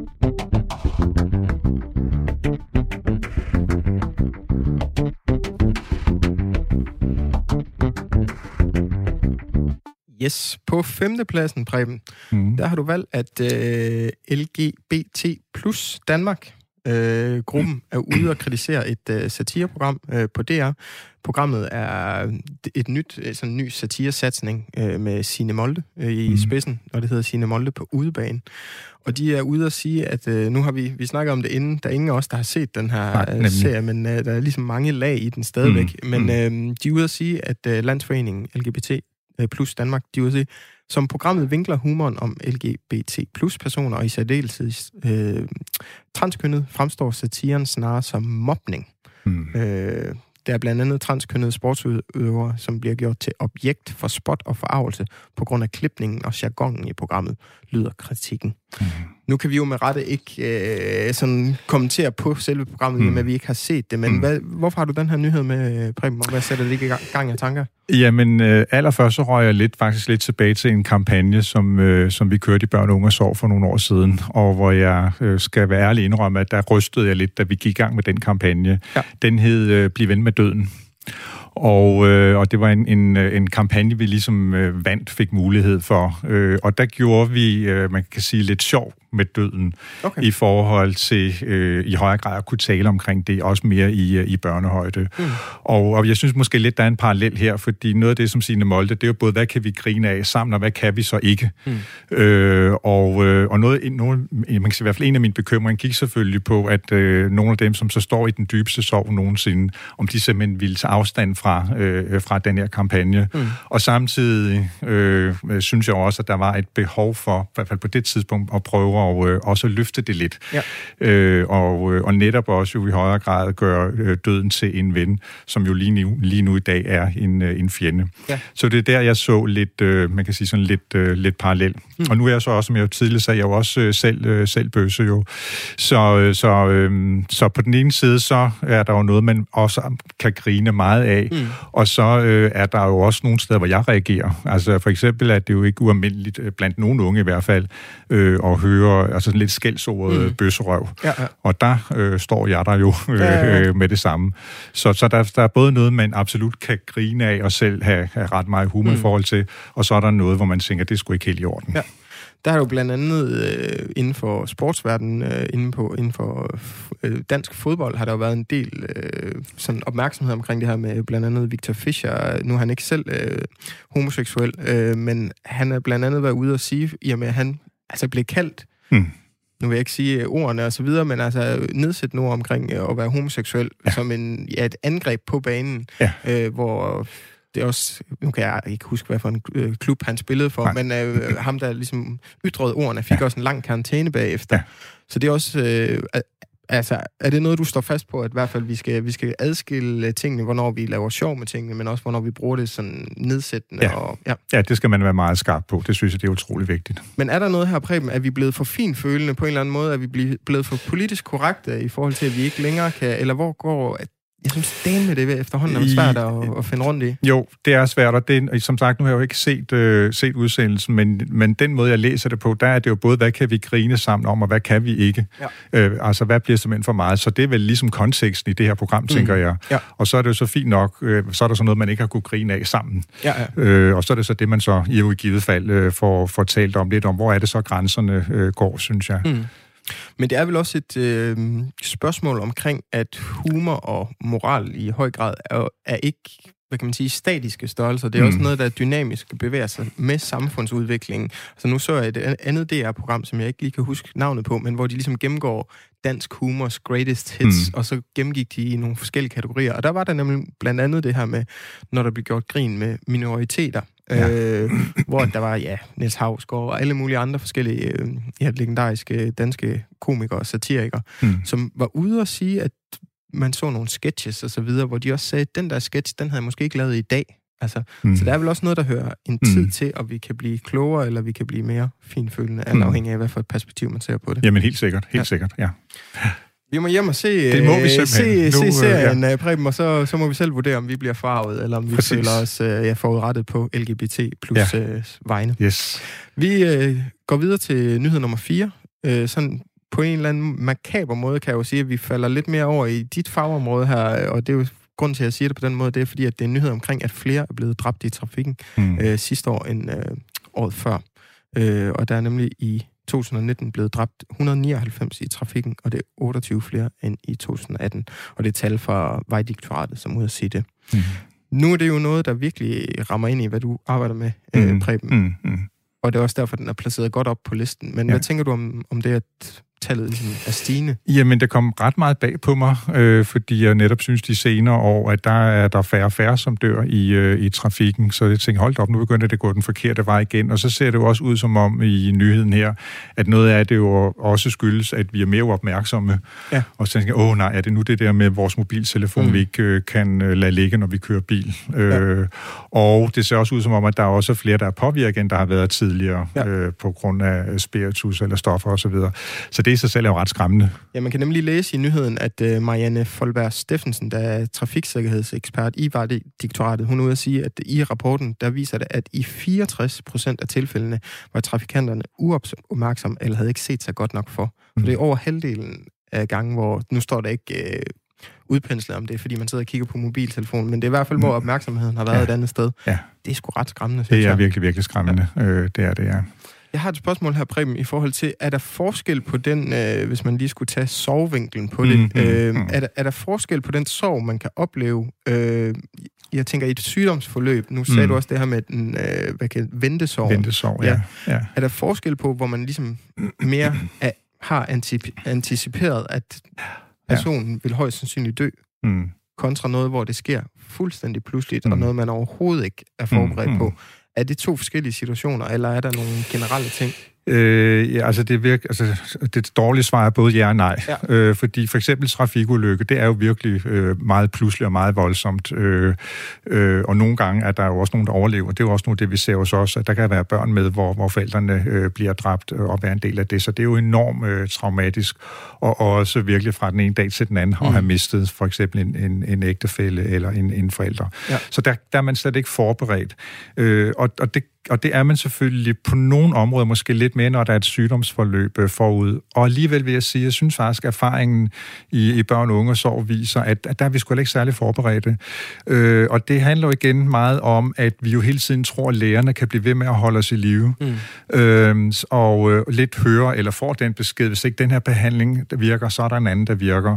Yes, på 5. pladsen, Preben, der har du valgt, at LGBT plus Danmark, gruppen, er ude og kritisere et satireprogram på DR. Programmet er en ny satiresatsning med Signe Molde i spidsen, og det hedder Signe Molde på udebane. Og de er ude og sige, at nu har vi snakket om det inden, der er ingen af os, der har set den her serie, men der er ligesom mange lag i den stadigvæk. Men de er ude og sige, at Landsforeningen LGBT plus Danmark, de vil sige, som programmet vinkler humoren om LGBT plus personer, og i særdeleshed transkønnet, fremstår satiren snarere som mobning. Der er blandt andet transkønnede sportsudøvere, som bliver gjort til objekt for spot og forarvelse på grund af klipningen og jargonen i programmet, lyder kritikken. Nu kan vi jo med rette ikke sådan kommentere på selve programmet, men vi ikke har set det. Men hvorfor har du den her nyhed med, Preben, og hvad sætter det i gang af tanker? Jamen, allerførst så røg jeg faktisk lidt tilbage til en kampagne, som vi kørte i Børn og Unges År for nogle år siden, og hvor jeg skal være ærlig indrømme, at der rystede jeg lidt, da vi gik i gang med den kampagne. Ja. Den hed Bliv ven med døden. Og det var en kampagne, vi ligesom fik mulighed for. Og der gjorde vi, man kan sige, lidt sjov med døden, i forhold til i højere grad at kunne tale omkring det, også mere i børnehøjde. Og jeg synes måske lidt, der er en parallel her, fordi noget af det, som Signe Molde, det er jo både, hvad kan vi grine af sammen, og hvad kan vi så ikke? Og noget, man kan sige, i hvert fald en af mine bekymringer gik selvfølgelig på, at nogle af dem, som så står i den dybeste sorg nogensinde, om de simpelthen ville tage afstand fra den her kampagne. Og samtidig synes jeg også, at der var et behov for, i hvert fald på det tidspunkt, at prøve og også løfte det lidt. Ja. Og netop også jo i højere grad gøre døden til en ven, som jo lige nu i dag er en fjende. Ja. Så det er der, jeg så lidt, man kan sige sådan lidt parallel. Og nu er jeg så også, som jeg jo tidligere sagde, jeg er jo også selv bøsse jo. Så på den ene side, så er der jo noget, man også kan grine meget af, og så er der jo også nogle steder, hvor jeg reagerer. Altså for eksempel er det jo ikke ualmindeligt, blandt nogle unge i hvert fald, at høre altså lidt skældsordet bøsserøv. Ja. Og der står jeg der jo med det samme. Så der er både noget, man absolut kan grine af og selv have ret meget humor i forhold til, og så er der noget, hvor man tænker, det er sgu ikke helt i orden. Ja. Der er jo blandt andet inden for sportsverdenen, inden for dansk fodbold, har der jo været en del sådan opmærksomhed omkring det her med blandt andet Victor Fischer. Nu er han ikke selv homoseksuel, men han er blandt andet været ude og sige, i og med at han altså blev kaldt, nu vil jeg ikke sige ordene og så videre, men altså nedsættende ord omkring at være homoseksuel som et angreb på banen, hvor det er også, nu kan jeg ikke huske, hvad for en klub han spillede for, men ham, der ligesom ytrede ordene, fik også en lang karantæne bagefter. Ja. Så det er også, altså, er det noget, du står fast på, at i hvert fald vi skal adskille tingene, hvornår vi laver sjov med tingene, men også hvornår vi bruger det sådan nedsættende? Ja, det skal man være meget skarp på. Det synes jeg, det er utrolig vigtigt. Men er der noget her, Preben, er vi blevet for finfølende på en eller anden måde? Er vi blevet for politisk korrekte i forhold til, at vi ikke længere kan, eller hvor går... Jeg synes, det med det efterhånden er svært at finde rundt i. Jo, det er svært, og som sagt, nu har jeg jo ikke set udsendelsen, men den måde, jeg læser det på, der er det jo både, hvad kan vi grine sammen om, og hvad kan vi ikke? Ja. Altså, hvad bliver simpelthen for meget? Så det er vel ligesom konteksten i det her program, tænker jeg. Ja. Og så er det jo så fint nok, så er der så noget, man ikke har kunne grine af sammen. Ja. Og så er det så det, man så i givet fald får talt om lidt om, hvor er det så grænserne går, synes jeg. Men det er vel også et spørgsmål omkring, at humor og moral i høj grad er ikke, hvad kan man sige, statiske størrelser. Det er også noget, der er dynamisk bevæger sig med samfundsudviklingen. Så nu så jeg et andet DR-program, som jeg ikke lige kan huske navnet på, men hvor de ligesom gennemgår dansk humors greatest hits, og så gennemgik de i nogle forskellige kategorier. Og der var der nemlig blandt andet det her med, når der blev gjort grin med minoriteter. Hvor der var, Niels Hausgaard og alle mulige andre forskellige legendariske danske komikere og satirikere, som var ude og sige, at man så nogle sketches og så videre, hvor de også sagde, at den der sketch, den havde jeg måske ikke lavet i dag. Altså, så der er vel også noget, der hører en tid til, og vi kan blive klogere, eller vi kan blive mere finfølende, alt afhængig af, hvad for et perspektiv man ser på det. Jamen helt sikkert, ja. Vi må hjem og se serien, Preben, og så må vi selv vurdere, om vi bliver farvet, eller om vi føler os forudrettet på LGBT plus vegne. Yes. Vi går videre til nyhed nummer 4. Sådan på en eller anden makaber måde, kan jeg jo sige, at vi falder lidt mere over i dit fagområde her, og det er jo grunden til, at jeg siger det på den måde, det er fordi, at det er en nyhed omkring, at flere er blevet dræbt i trafikken sidste år end året før. Og der er nemlig i 2019 blevet dræbt 199 i trafikken, og det er 28 flere end i 2018. Og det er tal fra Vejdirektoratet, som ud at sige det. Nu er det jo noget, der virkelig rammer ind i, hvad du arbejder med, Preben. Og det er også derfor, den er placeret godt op på listen. Men hvad tænker du om det, at tallet ligesom er stigende? Jamen, det kom ret meget bag på mig, fordi jeg netop synes de senere år, at der er færre og færre, som dør i trafikken. Så jeg tænkte, hold op, nu begynder det at gå den forkerte vej igen. Og så ser det jo også ud som om i nyheden her, at noget af det jo også skyldes, at vi er mere opmærksomme. Ja. Og så tænker jeg, er det nu det der med vores mobiltelefon, vi ikke kan lade ligge, når vi kører bil? Og det ser også ud som om, at der er også flere, der er påvirket, end der har været tidligere, på grund af spiritus eller stoffer osv. Så det i sig selv er jo ret skræmmende. Ja, man kan nemlig læse i nyheden, at Marianne Folberg Steffensen, der er trafiksikkerhedsekspert i Vejdirektoratet, hun er ude at sige, at i rapporten, der viser det, at i 64% af tilfældene var trafikanterne uopmærksomme eller havde ikke set sig godt nok for. Så det er over halvdelen af gange, hvor nu står der ikke udpenslet om det, fordi man sidder og kigger på mobiltelefonen, men det er i hvert fald, hvor opmærksomheden har været et andet sted. Ja. Det er sgu ret skræmmende, synes jeg. Det er virkelig, virkelig skræmmende. Det er det, ja. Jeg har et spørgsmål her, Preben, i forhold til, er der forskel på den, hvis man lige skulle tage sovevinklen på det, er der forskel på den sorg, man kan opleve, jeg tænker i et sygdomsforløb, nu sagde du også det her med den, ventesorg. Ventesorg, ja. Er der forskel på, hvor man ligesom mere har anticiperet, at personen vil højst sandsynligt dø, kontra noget, hvor det sker fuldstændig pludseligt, og noget, man overhovedet ikke er forberedt på? Er det to forskellige situationer, eller er der nogle generelle ting? Det dårlige svar er både ja og nej. Ja. Fordi for eksempel trafikulykke, det er jo virkelig meget pludselig og meget voldsomt. Og nogle gange er der jo også nogen, der overlever. Det er jo også noget, det vi ser hos os, at der kan være børn med, hvor forældrene bliver dræbt og være en del af det. Så det er jo enormt traumatisk. Og også virkelig fra den ene dag til den anden at have mistet for eksempel en ægtefælle eller en forælder. Ja. Så der er man slet ikke forberedt. Og det er man selvfølgelig på nogle områder måske lidt mere, når der er et sygdomsforløb forud. Og alligevel vil jeg sige, jeg synes faktisk, at erfaringen i børn og unge sorg viser, at der er vi sgu ikke særlig forberedte. Og det handler jo igen meget om, at vi jo hele tiden tror, at lægerne kan blive ved med at holde os i live. Og lidt hører eller får den besked, hvis ikke den her behandling der virker, så er der en anden, der virker.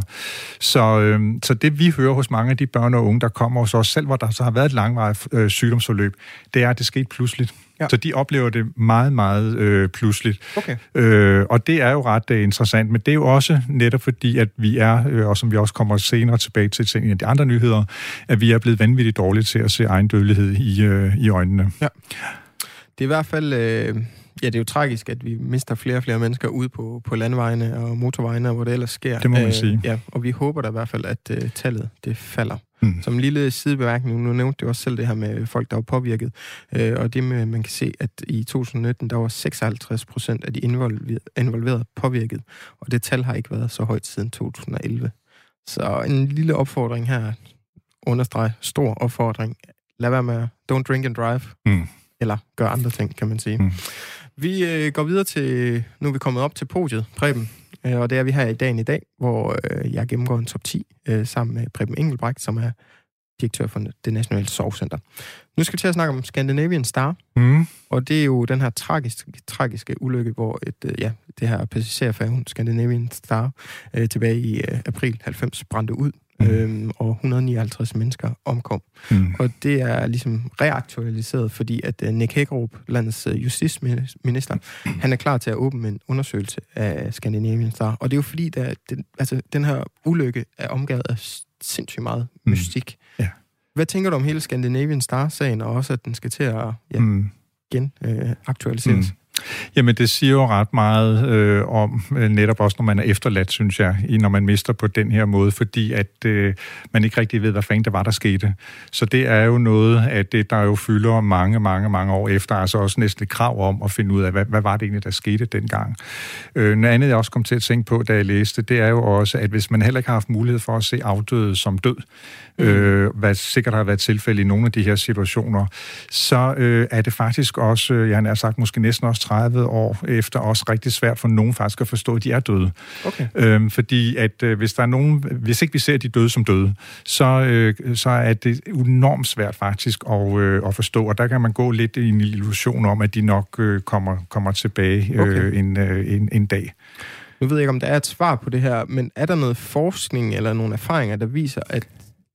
Så det vi hører hos mange af de børn og unge, der kommer hos os, selv hvor der så har været et langvarigt sygdomsforløb, det er, at det skete pludseligt. Ja. Så de oplever det meget, meget pludseligt. Okay. Og det er jo ret interessant, men det er jo også netop fordi, at vi er, og som vi også kommer senere tilbage til en af de andre nyheder, at vi er blevet vanvittigt dårlige til at se egen dødelighed i øjnene. Ja. Det er i hvert fald... det er jo tragisk, at vi mister flere og flere mennesker ude på landevejene og motorvejene, hvor det ellers sker. Det må man sige. Ja, og vi håber da i hvert fald, at tallet det falder. Som en lille sidebemærkning, nu nævnte du også selv det her med folk, der var påvirket, og det med, man kan se, at i 2019, der var 56% af de involverede påvirket, og det tal har ikke været så højt siden 2011. Så en lille opfordring her, understreg, stor opfordring, lad være med don't drink and drive, eller gør andre ting, kan man sige. Vi går videre til, nu er vi kommet op til podiet, Preben, og det er vi her i dagen i dag, hvor jeg gennemgår en top 10 sammen med Preben Engelbrecht, som er direktør for det Nationale Sorgcenter. Nu skal vi til at snakke om Scandinavian Star, og det er jo den her tragiske ulykke, hvor det her passagerfærgen Scandinavian Star tilbage i april 90 brændte ud, og 159 mennesker omkom. Og det er ligesom reaktualiseret, fordi at Nick Hækkerup, landets justitsminister, han er klar til at åbne en undersøgelse af Scandinavian Star. Og det er jo fordi, den her ulykke er omgivet af sindssygt meget mystik. Ja. Hvad tænker du om hele Scandinavian Star-sagen, og også at den skal til at aktualiseres? Jamen, det siger jo ret meget om, netop også når man er efterladt, synes jeg, når man mister på den her måde, fordi at man ikke rigtig ved, hvad fanden det var, der skete. Så det er jo noget af det, der jo fylder mange år efter, altså også næsten et krav om at finde ud af, hvad var det egentlig, der skete dengang. Noget andet, jeg også kom til at tænke på, da jeg læste, det er jo også, at hvis man heller ikke har haft mulighed for at se afdøde som død, hvad sikkert har været tilfælde i nogle af de her situationer, så er det faktisk også, jeg har sagt måske næsten også 30 år efter, også rigtig svært for nogen faktisk at forstå, at de er døde. Okay. Fordi at hvis ikke vi ser de døde som døde, så er det enormt svært faktisk at forstå, og der kan man gå lidt i en illusion om, at de nok kommer tilbage en dag. Nu ved jeg ikke, om der er et svar på det her, men er der noget forskning eller nogle erfaringer, der viser, at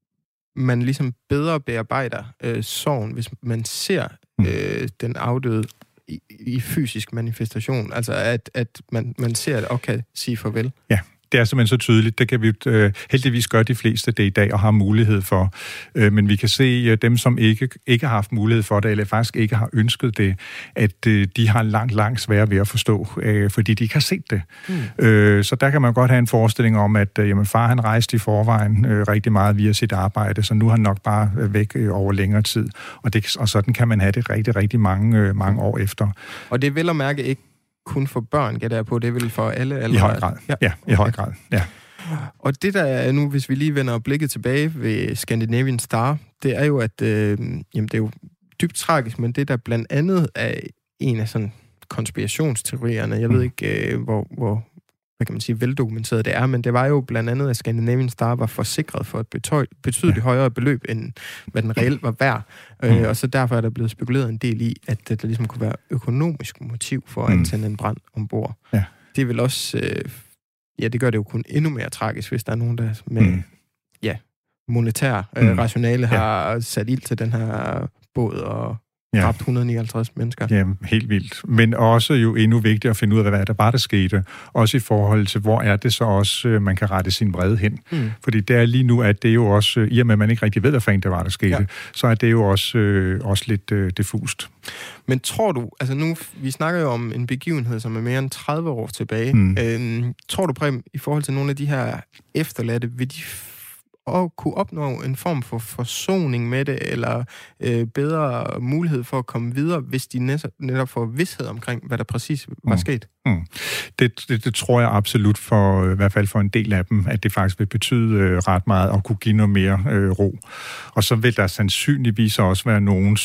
man ligesom bedre bearbejder sorgen, hvis man ser den afdøde i fysisk manifestation? Altså, at man ser det og kan sige farvel? Ja. Det er simpelthen så tydeligt. Det kan vi heldigvis gøre de fleste det i dag og har mulighed for. Men vi kan se dem, som ikke har haft mulighed for det, eller faktisk ikke har ønsket det, at de har langt sværere ved at forstå, fordi de ikke har set det. Så der kan man godt have en forestilling om, at far han rejste i forvejen rigtig meget via sit arbejde, så nu er han nok bare væk over længere tid. Og sådan kan man have det rigtig mange år efter. Og det er vel at mærke ikke kun for børn, gætter jeg på, det er vel for alle? I høj grad, ja. I høj grad, ja. Og det der er nu, hvis vi lige vender blikket tilbage ved Scandinavian Star, det er jo, at det er jo dybt tragisk, men det der blandt andet er en af sådan konspirationsteorierne, jeg ved ikke, hvor hvad kan man sige, veldokumenteret det er, men det var jo blandt andet, at Scandinavian Star var forsikret for et betydeligt højere beløb, end hvad den reelt var værd. Og så derfor er der blevet spekuleret en del i, at der ligesom kunne være økonomisk motiv for at antænde en brand ombord. Ja. Det er vel også, det gør det jo kun endnu mere tragisk, hvis der er nogen, der med monetær rationale har sat ild til den her båd og dræbt 159 mennesker. Ja, helt vildt. Men også jo endnu vigtigere at finde ud af, hvad der skete. Også i forhold til, hvor er det så også, man kan rette sin vrede hen. Fordi der lige nu, at det jo også, i og med at man ikke rigtig ved, hvad fanden det var, der skete, så er det jo også lidt diffust. Men tror du, altså nu, vi snakker jo om en begivenhed, som er mere end 30 år tilbage. Tror du, Preben, i forhold til nogle af de her efterladte, vil de og kunne opnå en form for forsoning med det, eller bedre mulighed for at komme videre, hvis de netop får vished omkring, hvad der præcis var sket? Det tror jeg absolut, i hvert fald for en del af dem, at det faktisk vil betyde ret meget at kunne give noget mere ro. Og så vil der sandsynligvis også være nogen,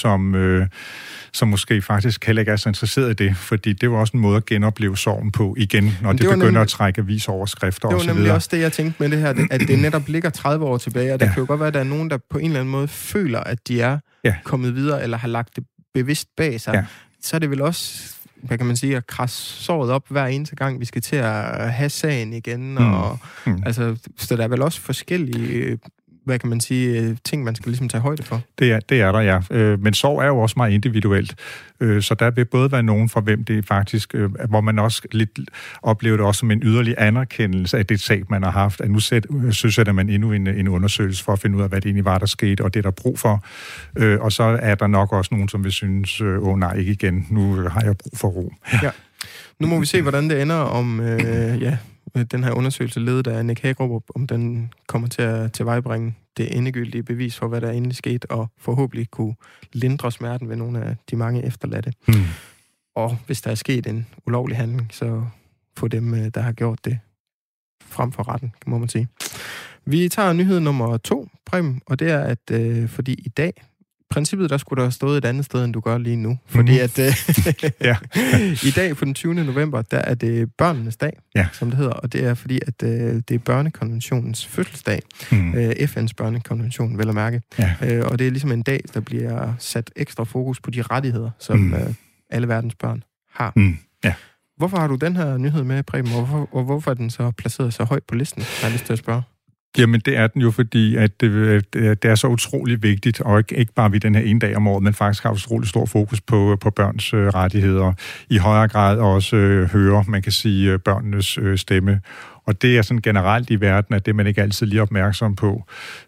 som måske faktisk heller ikke er så interesseret i det, fordi det var også en måde at genopleve sorgen på igen, når det begynder at trække avisoverskrifter og så videre. Det var nemlig også det, jeg tænkte med det her, at det netop ligger 30 år tilbage, og der kan jo godt være, at der er nogen, der på en eller anden måde føler, at de er kommet videre, eller har lagt det bevidst bag sig. Ja. Så er det vel også, hvad kan man sige, at krasse såret op hver eneste gang, vi skal til at have sagen igen. Altså, så der er vel også forskellige, hvad kan man sige, ting, man skal ligesom tage højde for. Det er der, ja. Men sorg er jo også meget individuelt. Så der vil både være nogen, for hvem det faktisk, hvor man også lidt oplever det også som en yderlig anerkendelse af det tab, man har haft, at nu søsætter man endnu en undersøgelse for at finde ud af, hvad det egentlig var, der skete, og det er der brug for. Og så er der nok også nogen, som vil synes, nej, ikke igen, nu har jeg brug for ro. Ja. Nu må vi se, hvordan det ender om, den her undersøgelse ledet af Nick Hagerup, om den kommer til at tilvejebringe det endegyldige bevis for, hvad der endelig skete, og forhåbentlig kunne lindre smerten ved nogle af de mange efterladte. Og hvis der er sket en ulovlig handling, så få dem, der har gjort det, frem for retten, må man sige. Vi tager nyhed nummer 2, Preben, og det er, at fordi i dag, princippet, der skulle der have stået et andet sted, end du gør lige nu. Fordi at i dag, på den 20. november, der er det børnenes dag, som det hedder. Og det er fordi, at det er børnekonventionens fødselsdag. FN's børnekonvention, vel at mærke. Og det er ligesom en dag, der bliver sat ekstra fokus på de rettigheder, som alle verdens børn har. Hvorfor har du den her nyhed med, Preben, og hvorfor er den så placeret så højt på listen? Jeg har lyst til at spørge. Jamen, det er den jo, fordi at det er så utrolig vigtigt, og ikke bare ved den her ene dag om året, men faktisk har utrolig stor fokus på børns rettigheder. I højere grad også høre, man kan sige, børnenes stemme. Og det er sådan generelt i verden, at det man ikke altid lige er opmærksom på.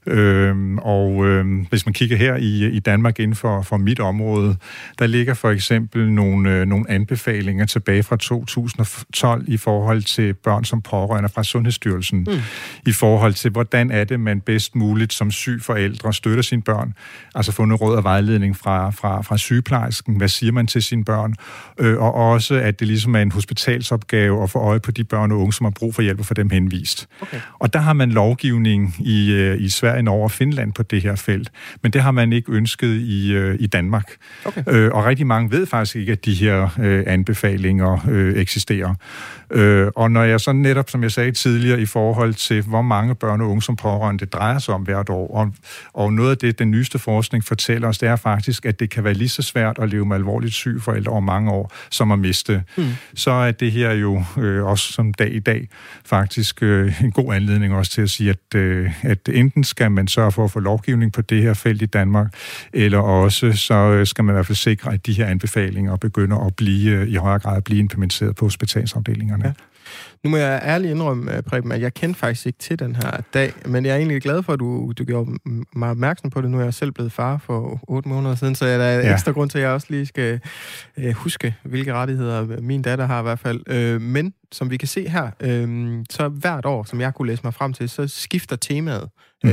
Hvis man kigger her i Danmark inden for mit område, der ligger for eksempel nogle anbefalinger tilbage fra 2012 i forhold til børn som pårørende fra Sundhedsstyrelsen. I forhold til, hvordan er det, man bedst muligt som syg forældre støtter sine børn. Altså få noget råd og vejledning fra sygeplejersken. Hvad siger man til sine børn? Og også, at det ligesom er en hospitalsopgave at få øje på de børn og unge, som har brug for hjælp og få dem henvist. Okay. Og der har man lovgivning i Sverige, Norge og Finland på det her felt. Men det har man ikke ønsket i Danmark. Okay. Og rigtig mange ved faktisk ikke, at de her anbefalinger eksisterer. Og når jeg så netop, som jeg sagde tidligere, i forhold til, hvor mange børn og unge som pårørende det drejer sig om hvert år, og noget af det, den nyeste forskning fortæller os, det er faktisk, at det kan være lige så svært at leve med alvorligt syge forældre over mange år, som at miste. Så er det her jo også som dag i dag faktisk en god anledning også til at sige, at enten skal man sørge for at få lovgivning på det her felt i Danmark, eller også så skal man i hvert fald sikre, at de her anbefalinger begynder at i højere grad at blive implementeret på hospitalsafdelingerne. Ja. Nu må jeg ærligt indrømme, Preben, at jeg kendte faktisk ikke til den her dag, men jeg er egentlig glad for, at du gjorde mig opmærksom på det. Nu er jeg selv blevet far for 8 måneder siden, så der er ekstra grund til, at jeg også lige skal huske, hvilke rettigheder min datter har i hvert fald. Men som vi kan se her, så hvert år, som jeg kunne læse mig frem til, så skifter temaet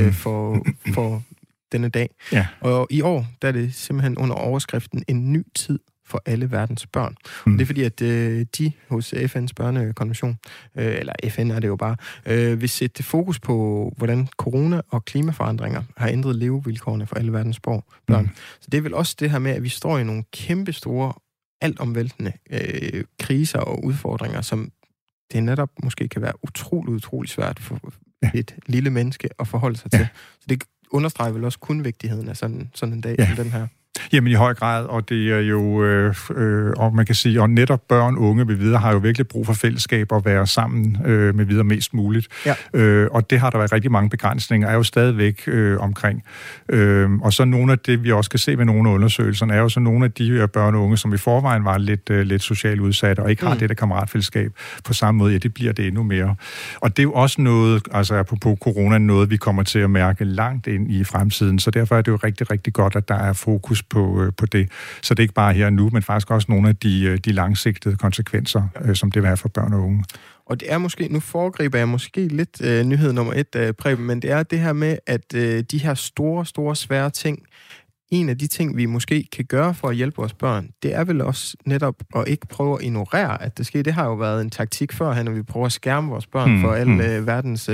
for denne dag. Ja. Og i år, der er det simpelthen under overskriften En ny tid for alle verdens børn. Og det er fordi, at de hos FN's børnekonvention, eller FN er det jo bare, vil sætte fokus på, hvordan corona og klimaforandringer har ændret levevilkårene for alle verdens børn. Så det er vel også det her med, at vi står i nogle kæmpe store, altomvæltende kriser og udfordringer, som det netop måske kan være utrolig svært for et lille menneske at forholde sig til. Så det understreger vel også kun vigtigheden af sådan en dag som den her. Jamen i høj grad, og det er jo, og man kan sige, og netop børn, unge med videre, har jo virkelig brug for fællesskab og være sammen med videre mest muligt. Ja. Og det har der været rigtig mange begrænsninger, er jo stadigvæk omkring. Og så nogle af det, vi også kan se ved nogle af undersøgelserne, er jo så nogle af de børn og unge, som i forvejen var lidt socialt udsatte, og ikke har det der kammeratfællesskab på samme måde, det bliver det endnu mere. Og det er jo også noget, altså apropos corona, noget vi kommer til at mærke langt ind i fremtiden, så derfor er det jo rigtig, rigtig godt, at der er fokus på det. Så det er ikke bare her og nu, men faktisk også nogle af de langsigtede konsekvenser, som det vil have for børn og unge. Og det er måske, nu foregriber jeg måske lidt nyhed nummer 1, Preben, men det er det her med, at de her store, svære ting, en af de ting, vi måske kan gøre for at hjælpe vores børn, det er vel også netop at ikke prøve at ignorere, at det sker. Det har jo været en taktik førhen, når vi prøver at skærme vores børn for alle verdens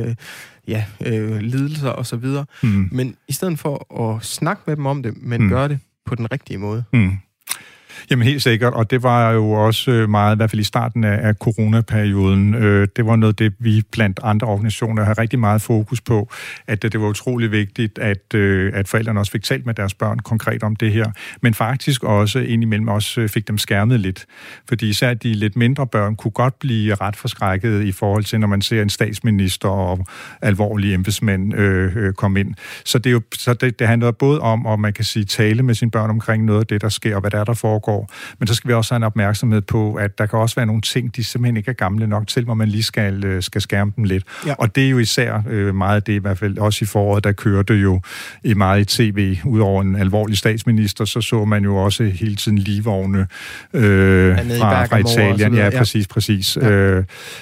lidelser og så videre. Men i stedet for at snakke med dem om det, men gøre det på den rigtige måde. Jamen helt sikkert, og det var jo også meget, i hvert fald i starten af coronaperioden, det var noget det, vi blandt andre organisationer har rigtig meget fokus på, at det var utrolig vigtigt, at forældrene også fik talt med deres børn konkret om det her, men faktisk også indimellem også fik dem skærmet lidt, fordi især de lidt mindre børn kunne godt blive ret forskrækket i forhold til, når man ser en statsminister og alvorlige embedsmænd komme ind. Så det handler både om, at man kan sige, tale med sine børn omkring noget af det, der sker, og hvad der foregår. Men så skal vi også have en opmærksomhed på, at der kan også være nogle ting, de simpelthen ikke er gamle nok til, hvor man lige skal skærme dem lidt. Ja. Og det er jo især meget af det, i hvert fald også i foråret, der kørte jo meget i tv. Udover en alvorlig statsminister, så man jo også hele tiden ligevogne fra Italien. Ja, præcis. Ja.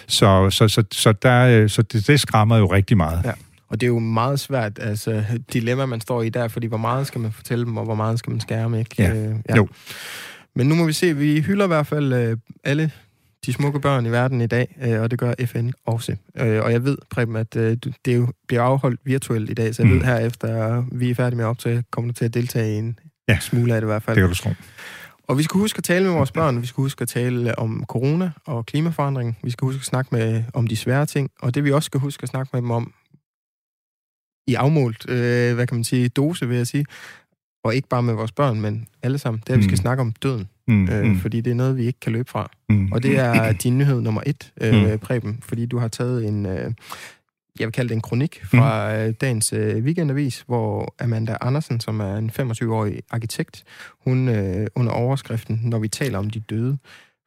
Så det skræmmer jo rigtig meget. Ja. Og det er jo meget svært, altså dilemma, man står i der, fordi hvor meget skal man fortælle dem, og hvor meget skal man skærme, ikke? Ja. Jo. Men nu må vi se, vi hylder i hvert fald alle de smukke børn i verden i dag, og det gør FN også. Og jeg ved, Preben, at det jo bliver afholdt virtuelt i dag, så jeg ved herefter, vi er færdige med at optage, kommer du til at deltage i en smule af det i hvert fald. Det kan du tro. Og vi skal huske at tale med vores børn, vi skal huske at tale om corona og klimaforandring, vi skal huske at snakke om de svære ting, og det vi også skal huske at snakke med dem om, i afmålt, hvad kan man sige, dose, vil jeg sige. Og ikke bare med vores børn, men alle sammen. Det er, at vi skal snakke om døden. Fordi det er noget, vi ikke kan løbe fra. Og det er din nyhed nummer 1, Preben. Fordi du har taget en, jeg vil kalde det en kronik, fra dagens weekendavis, hvor Amanda Andersen, som er en 25-årig arkitekt, hun under overskriften, når vi taler om de døde,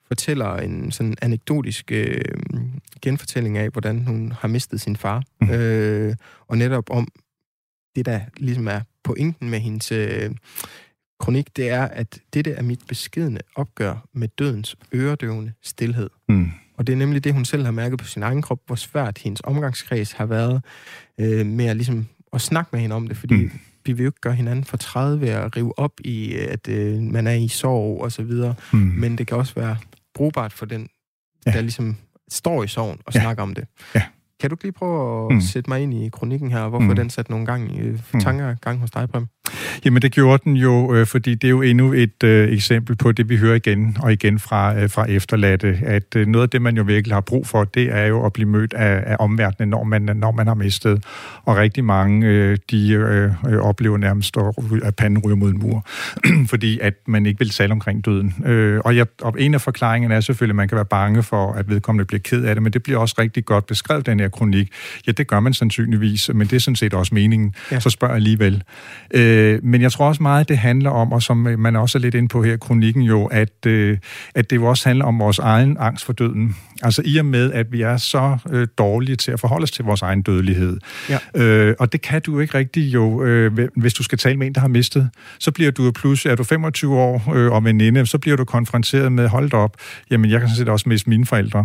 fortæller en sådan anekdotisk genfortælling af, hvordan hun har mistet sin far. Og netop om det, der ligesom er pointen med hendes kronik, det er, at dette er mit beskedne opgør med dødens øredøvende stilhed. Og det er nemlig det, hun selv har mærket på sin egen krop, hvor svært hendes omgangskreds har været med at, ligesom, at snakke med hende om det, fordi vi vil jo ikke gøre hinanden fortræd ved at rive op i, at man er i sorg og så videre, men det kan også være brugbart for den, der ligesom står i sorgen og snakker om det. Ja. Kan du lige prøve at sætte mig ind i kronikken her, hvorfor den satte nogle tanker gang hos dig, Prem? Jamen, det gjorde den jo, fordi det er jo endnu et eksempel på det, vi hører igen og igen fra efterladte, at noget af det, man jo virkelig har brug for, det er jo at blive mødt af omverdenen, når man har mistet. Og rigtig mange, de oplever nærmest, at panden ryger mod en mur, fordi at man ikke vil tale omkring døden. Og en af forklaringerne er selvfølgelig, at man kan være bange for, at vedkommende bliver ked af det, men det bliver også rigtig godt beskrevet, den her kronik. Ja, det gør man sandsynligvis, men det er sådan set også meningen. Ja. Så spørger jeg alligevel. Men jeg tror også meget, det handler om, og som man også er lidt inde på her i kronikken jo, at det jo også handler om vores egen angst for døden. Altså i og med, at vi er så dårlige til at forholde os til vores egen dødelighed. Ja. Og det kan du ikke rigtig jo, hvis du skal tale med en, der har mistet. Så bliver du pludselig, er du 25 år og veninde, så bliver du konfronteret med, hold da op, jamen jeg kan sådan set også miste mine forældre.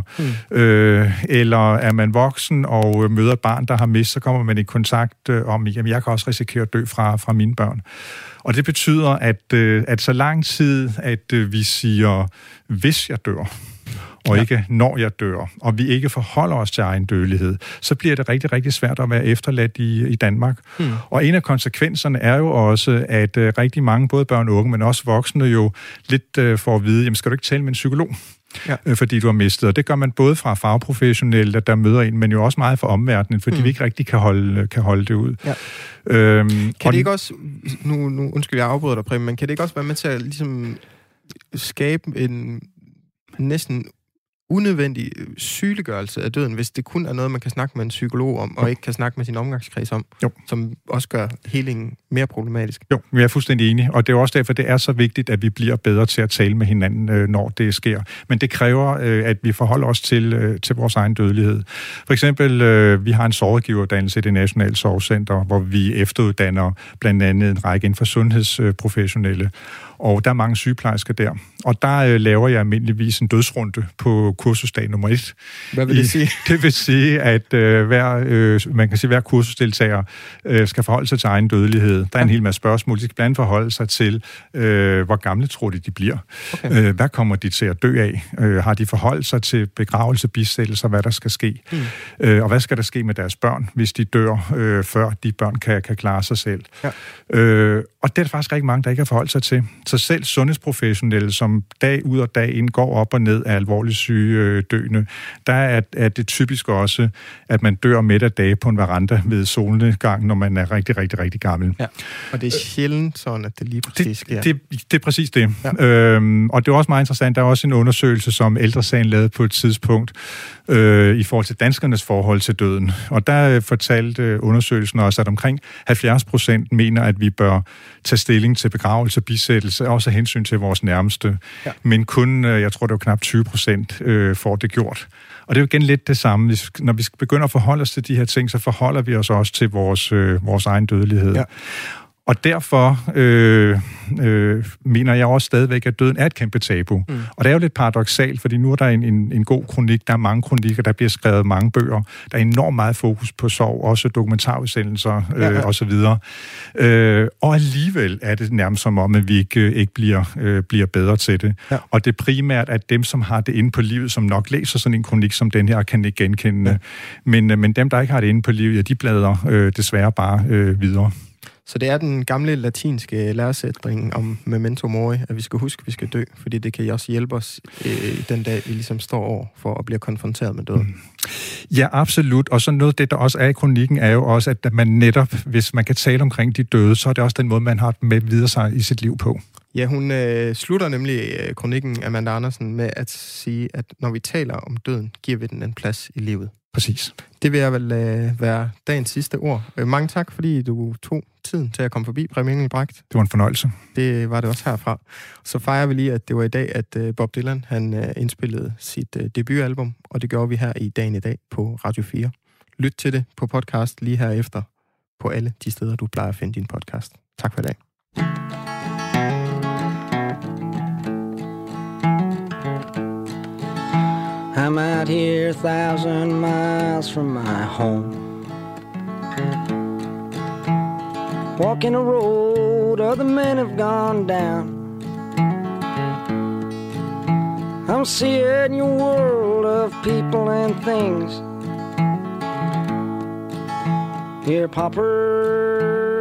Eller er man voksen og møder et barn, der har mistet, så kommer man i kontakt om, jamen jeg kan også risikere at dø fra mine børn. Og det betyder, at så lang tid, at vi siger, hvis jeg dør, og ikke når jeg dør, og vi ikke forholder os til egen dødelighed, så bliver det rigtig, rigtig svært at være efterladt i Danmark. Og en af konsekvenserne er jo også, at rigtig mange, både børn og unge, men også voksne jo lidt får at vide, jamen skal du ikke tale med en psykolog? Ja. Fordi du har mistet. Og det gør man både fra fagprofessionelle, der møder en, men jo også meget fra omverdenen, fordi vi ikke rigtig kan holde det ud. Ja. Kan det ikke også, nu undskyld, jeg afbryder dig, Prem, men kan det ikke også være med til at ligesom skabe en næsten unødvendig sygeliggørelse af døden, hvis det kun er noget, man kan snakke med en psykolog om, og ikke kan snakke med sin omgangskreds om, som også gør helingen mere problematisk? Jo, vi er fuldstændig enige, og det er også derfor, det er så vigtigt, at vi bliver bedre til at tale med hinanden, når det sker. Men det kræver, at vi forholder os til vores egen dødelighed. For eksempel, vi har en sorggiveruddannelse i det Nationale Sorgcenter, hvor vi efteruddanner blandt andet en række inden for sundhedsprofessionelle, og der er mange sygeplejersker der. Og der laver jeg almindeligvis en dødsrunde på kursusdag nummer 1. Hvad vil det sige? Det vil sige, at hver kursusdeltager skal forholde sig til egen dødelighed. Der er en hel masse spørgsmål. De skal blandt andet forholde sig til, hvor gamle tror de bliver. Okay. Hvad kommer de til at dø af? Har de forholdt sig til begravelse, bisættelse, hvad der skal ske? Og hvad skal der ske med deres børn, hvis de dør, før de børn kan klare sig selv? Ja. Og det er der faktisk rigtig mange, der ikke har forholdt sig til. Så selv sundhedsprofessionelle, som dag ud og dag ind går op og ned af alvorligt syge døende, der er det typisk også, at man dør midt af dage på en veranda ved solnedgang, når man er rigtig, rigtig, rigtig gammel. Ja. Og det er sjældent sådan, at det lige præcis sker. Det er præcis det. Ja. Og det er også meget interessant. Der er også en undersøgelse, som Ældre Sagen lavede på et tidspunkt, i forhold til danskernes forhold til døden. Og der fortalte undersøgelsen også, at omkring 70% mener, at vi bør tage stilling til begravelse og bisættelse, også af hensyn til vores nærmeste. Ja. Men kun, jeg tror, det var knap 20% får det gjort. Og det er jo igen lidt det samme. Når vi begynder at forholde os til de her ting, så forholder vi os også til vores egen dødelighed. Ja. Og derfor mener jeg også stadigvæk, at døden er et kæmpe tabu. Og det er jo lidt paradoksalt, fordi nu er der en god kronik, der er mange kronikker, der bliver skrevet mange bøger. Der er enormt meget fokus på sorg, også dokumentarudsendelser osv. Og alligevel er det nærmest som om, at vi ikke bliver bedre til det. Ja. Og det er primært, at dem, som har det inde på livet, som nok læser sådan en kronik som den her, kan ikke genkende. Ja. Men dem, der ikke har det inde på livet, ja, de bladrer desværre bare videre. Så det er den gamle latinske læresætning om memento mori, at vi skal huske, at vi skal dø, fordi det kan også hjælpe os den dag, vi ligesom står over for at blive konfronteret med døden. Ja, absolut. Og så noget af det, der også er i kronikken, er jo også, at man netop, hvis man kan tale omkring de døde, så er det også den måde, man har med videre sig i sit liv på. Ja, hun slutter nemlig kronikken, Amanda Andersen, med at sige, at når vi taler om døden, giver vi den en plads i livet. Præcis. Det vil jeg vel være dagens sidste ord. Mange tak, fordi du tog tiden til at komme forbi, Preben Engelbrecht. Det var en fornøjelse. Det var det også herfra. Så fejrer vi lige, at det var i dag, at Bob Dylan han indspillede sit debutalbum, og det gjorde vi her i Dagen i dag på Radio 4. Lyt til det på podcast lige herefter på alle de steder, du plejer at finde din podcast. Tak for i dag. I'm out here 1,000 miles from my home, walking a road other men have gone down. I'm seeing your world of people and things. Here, paupers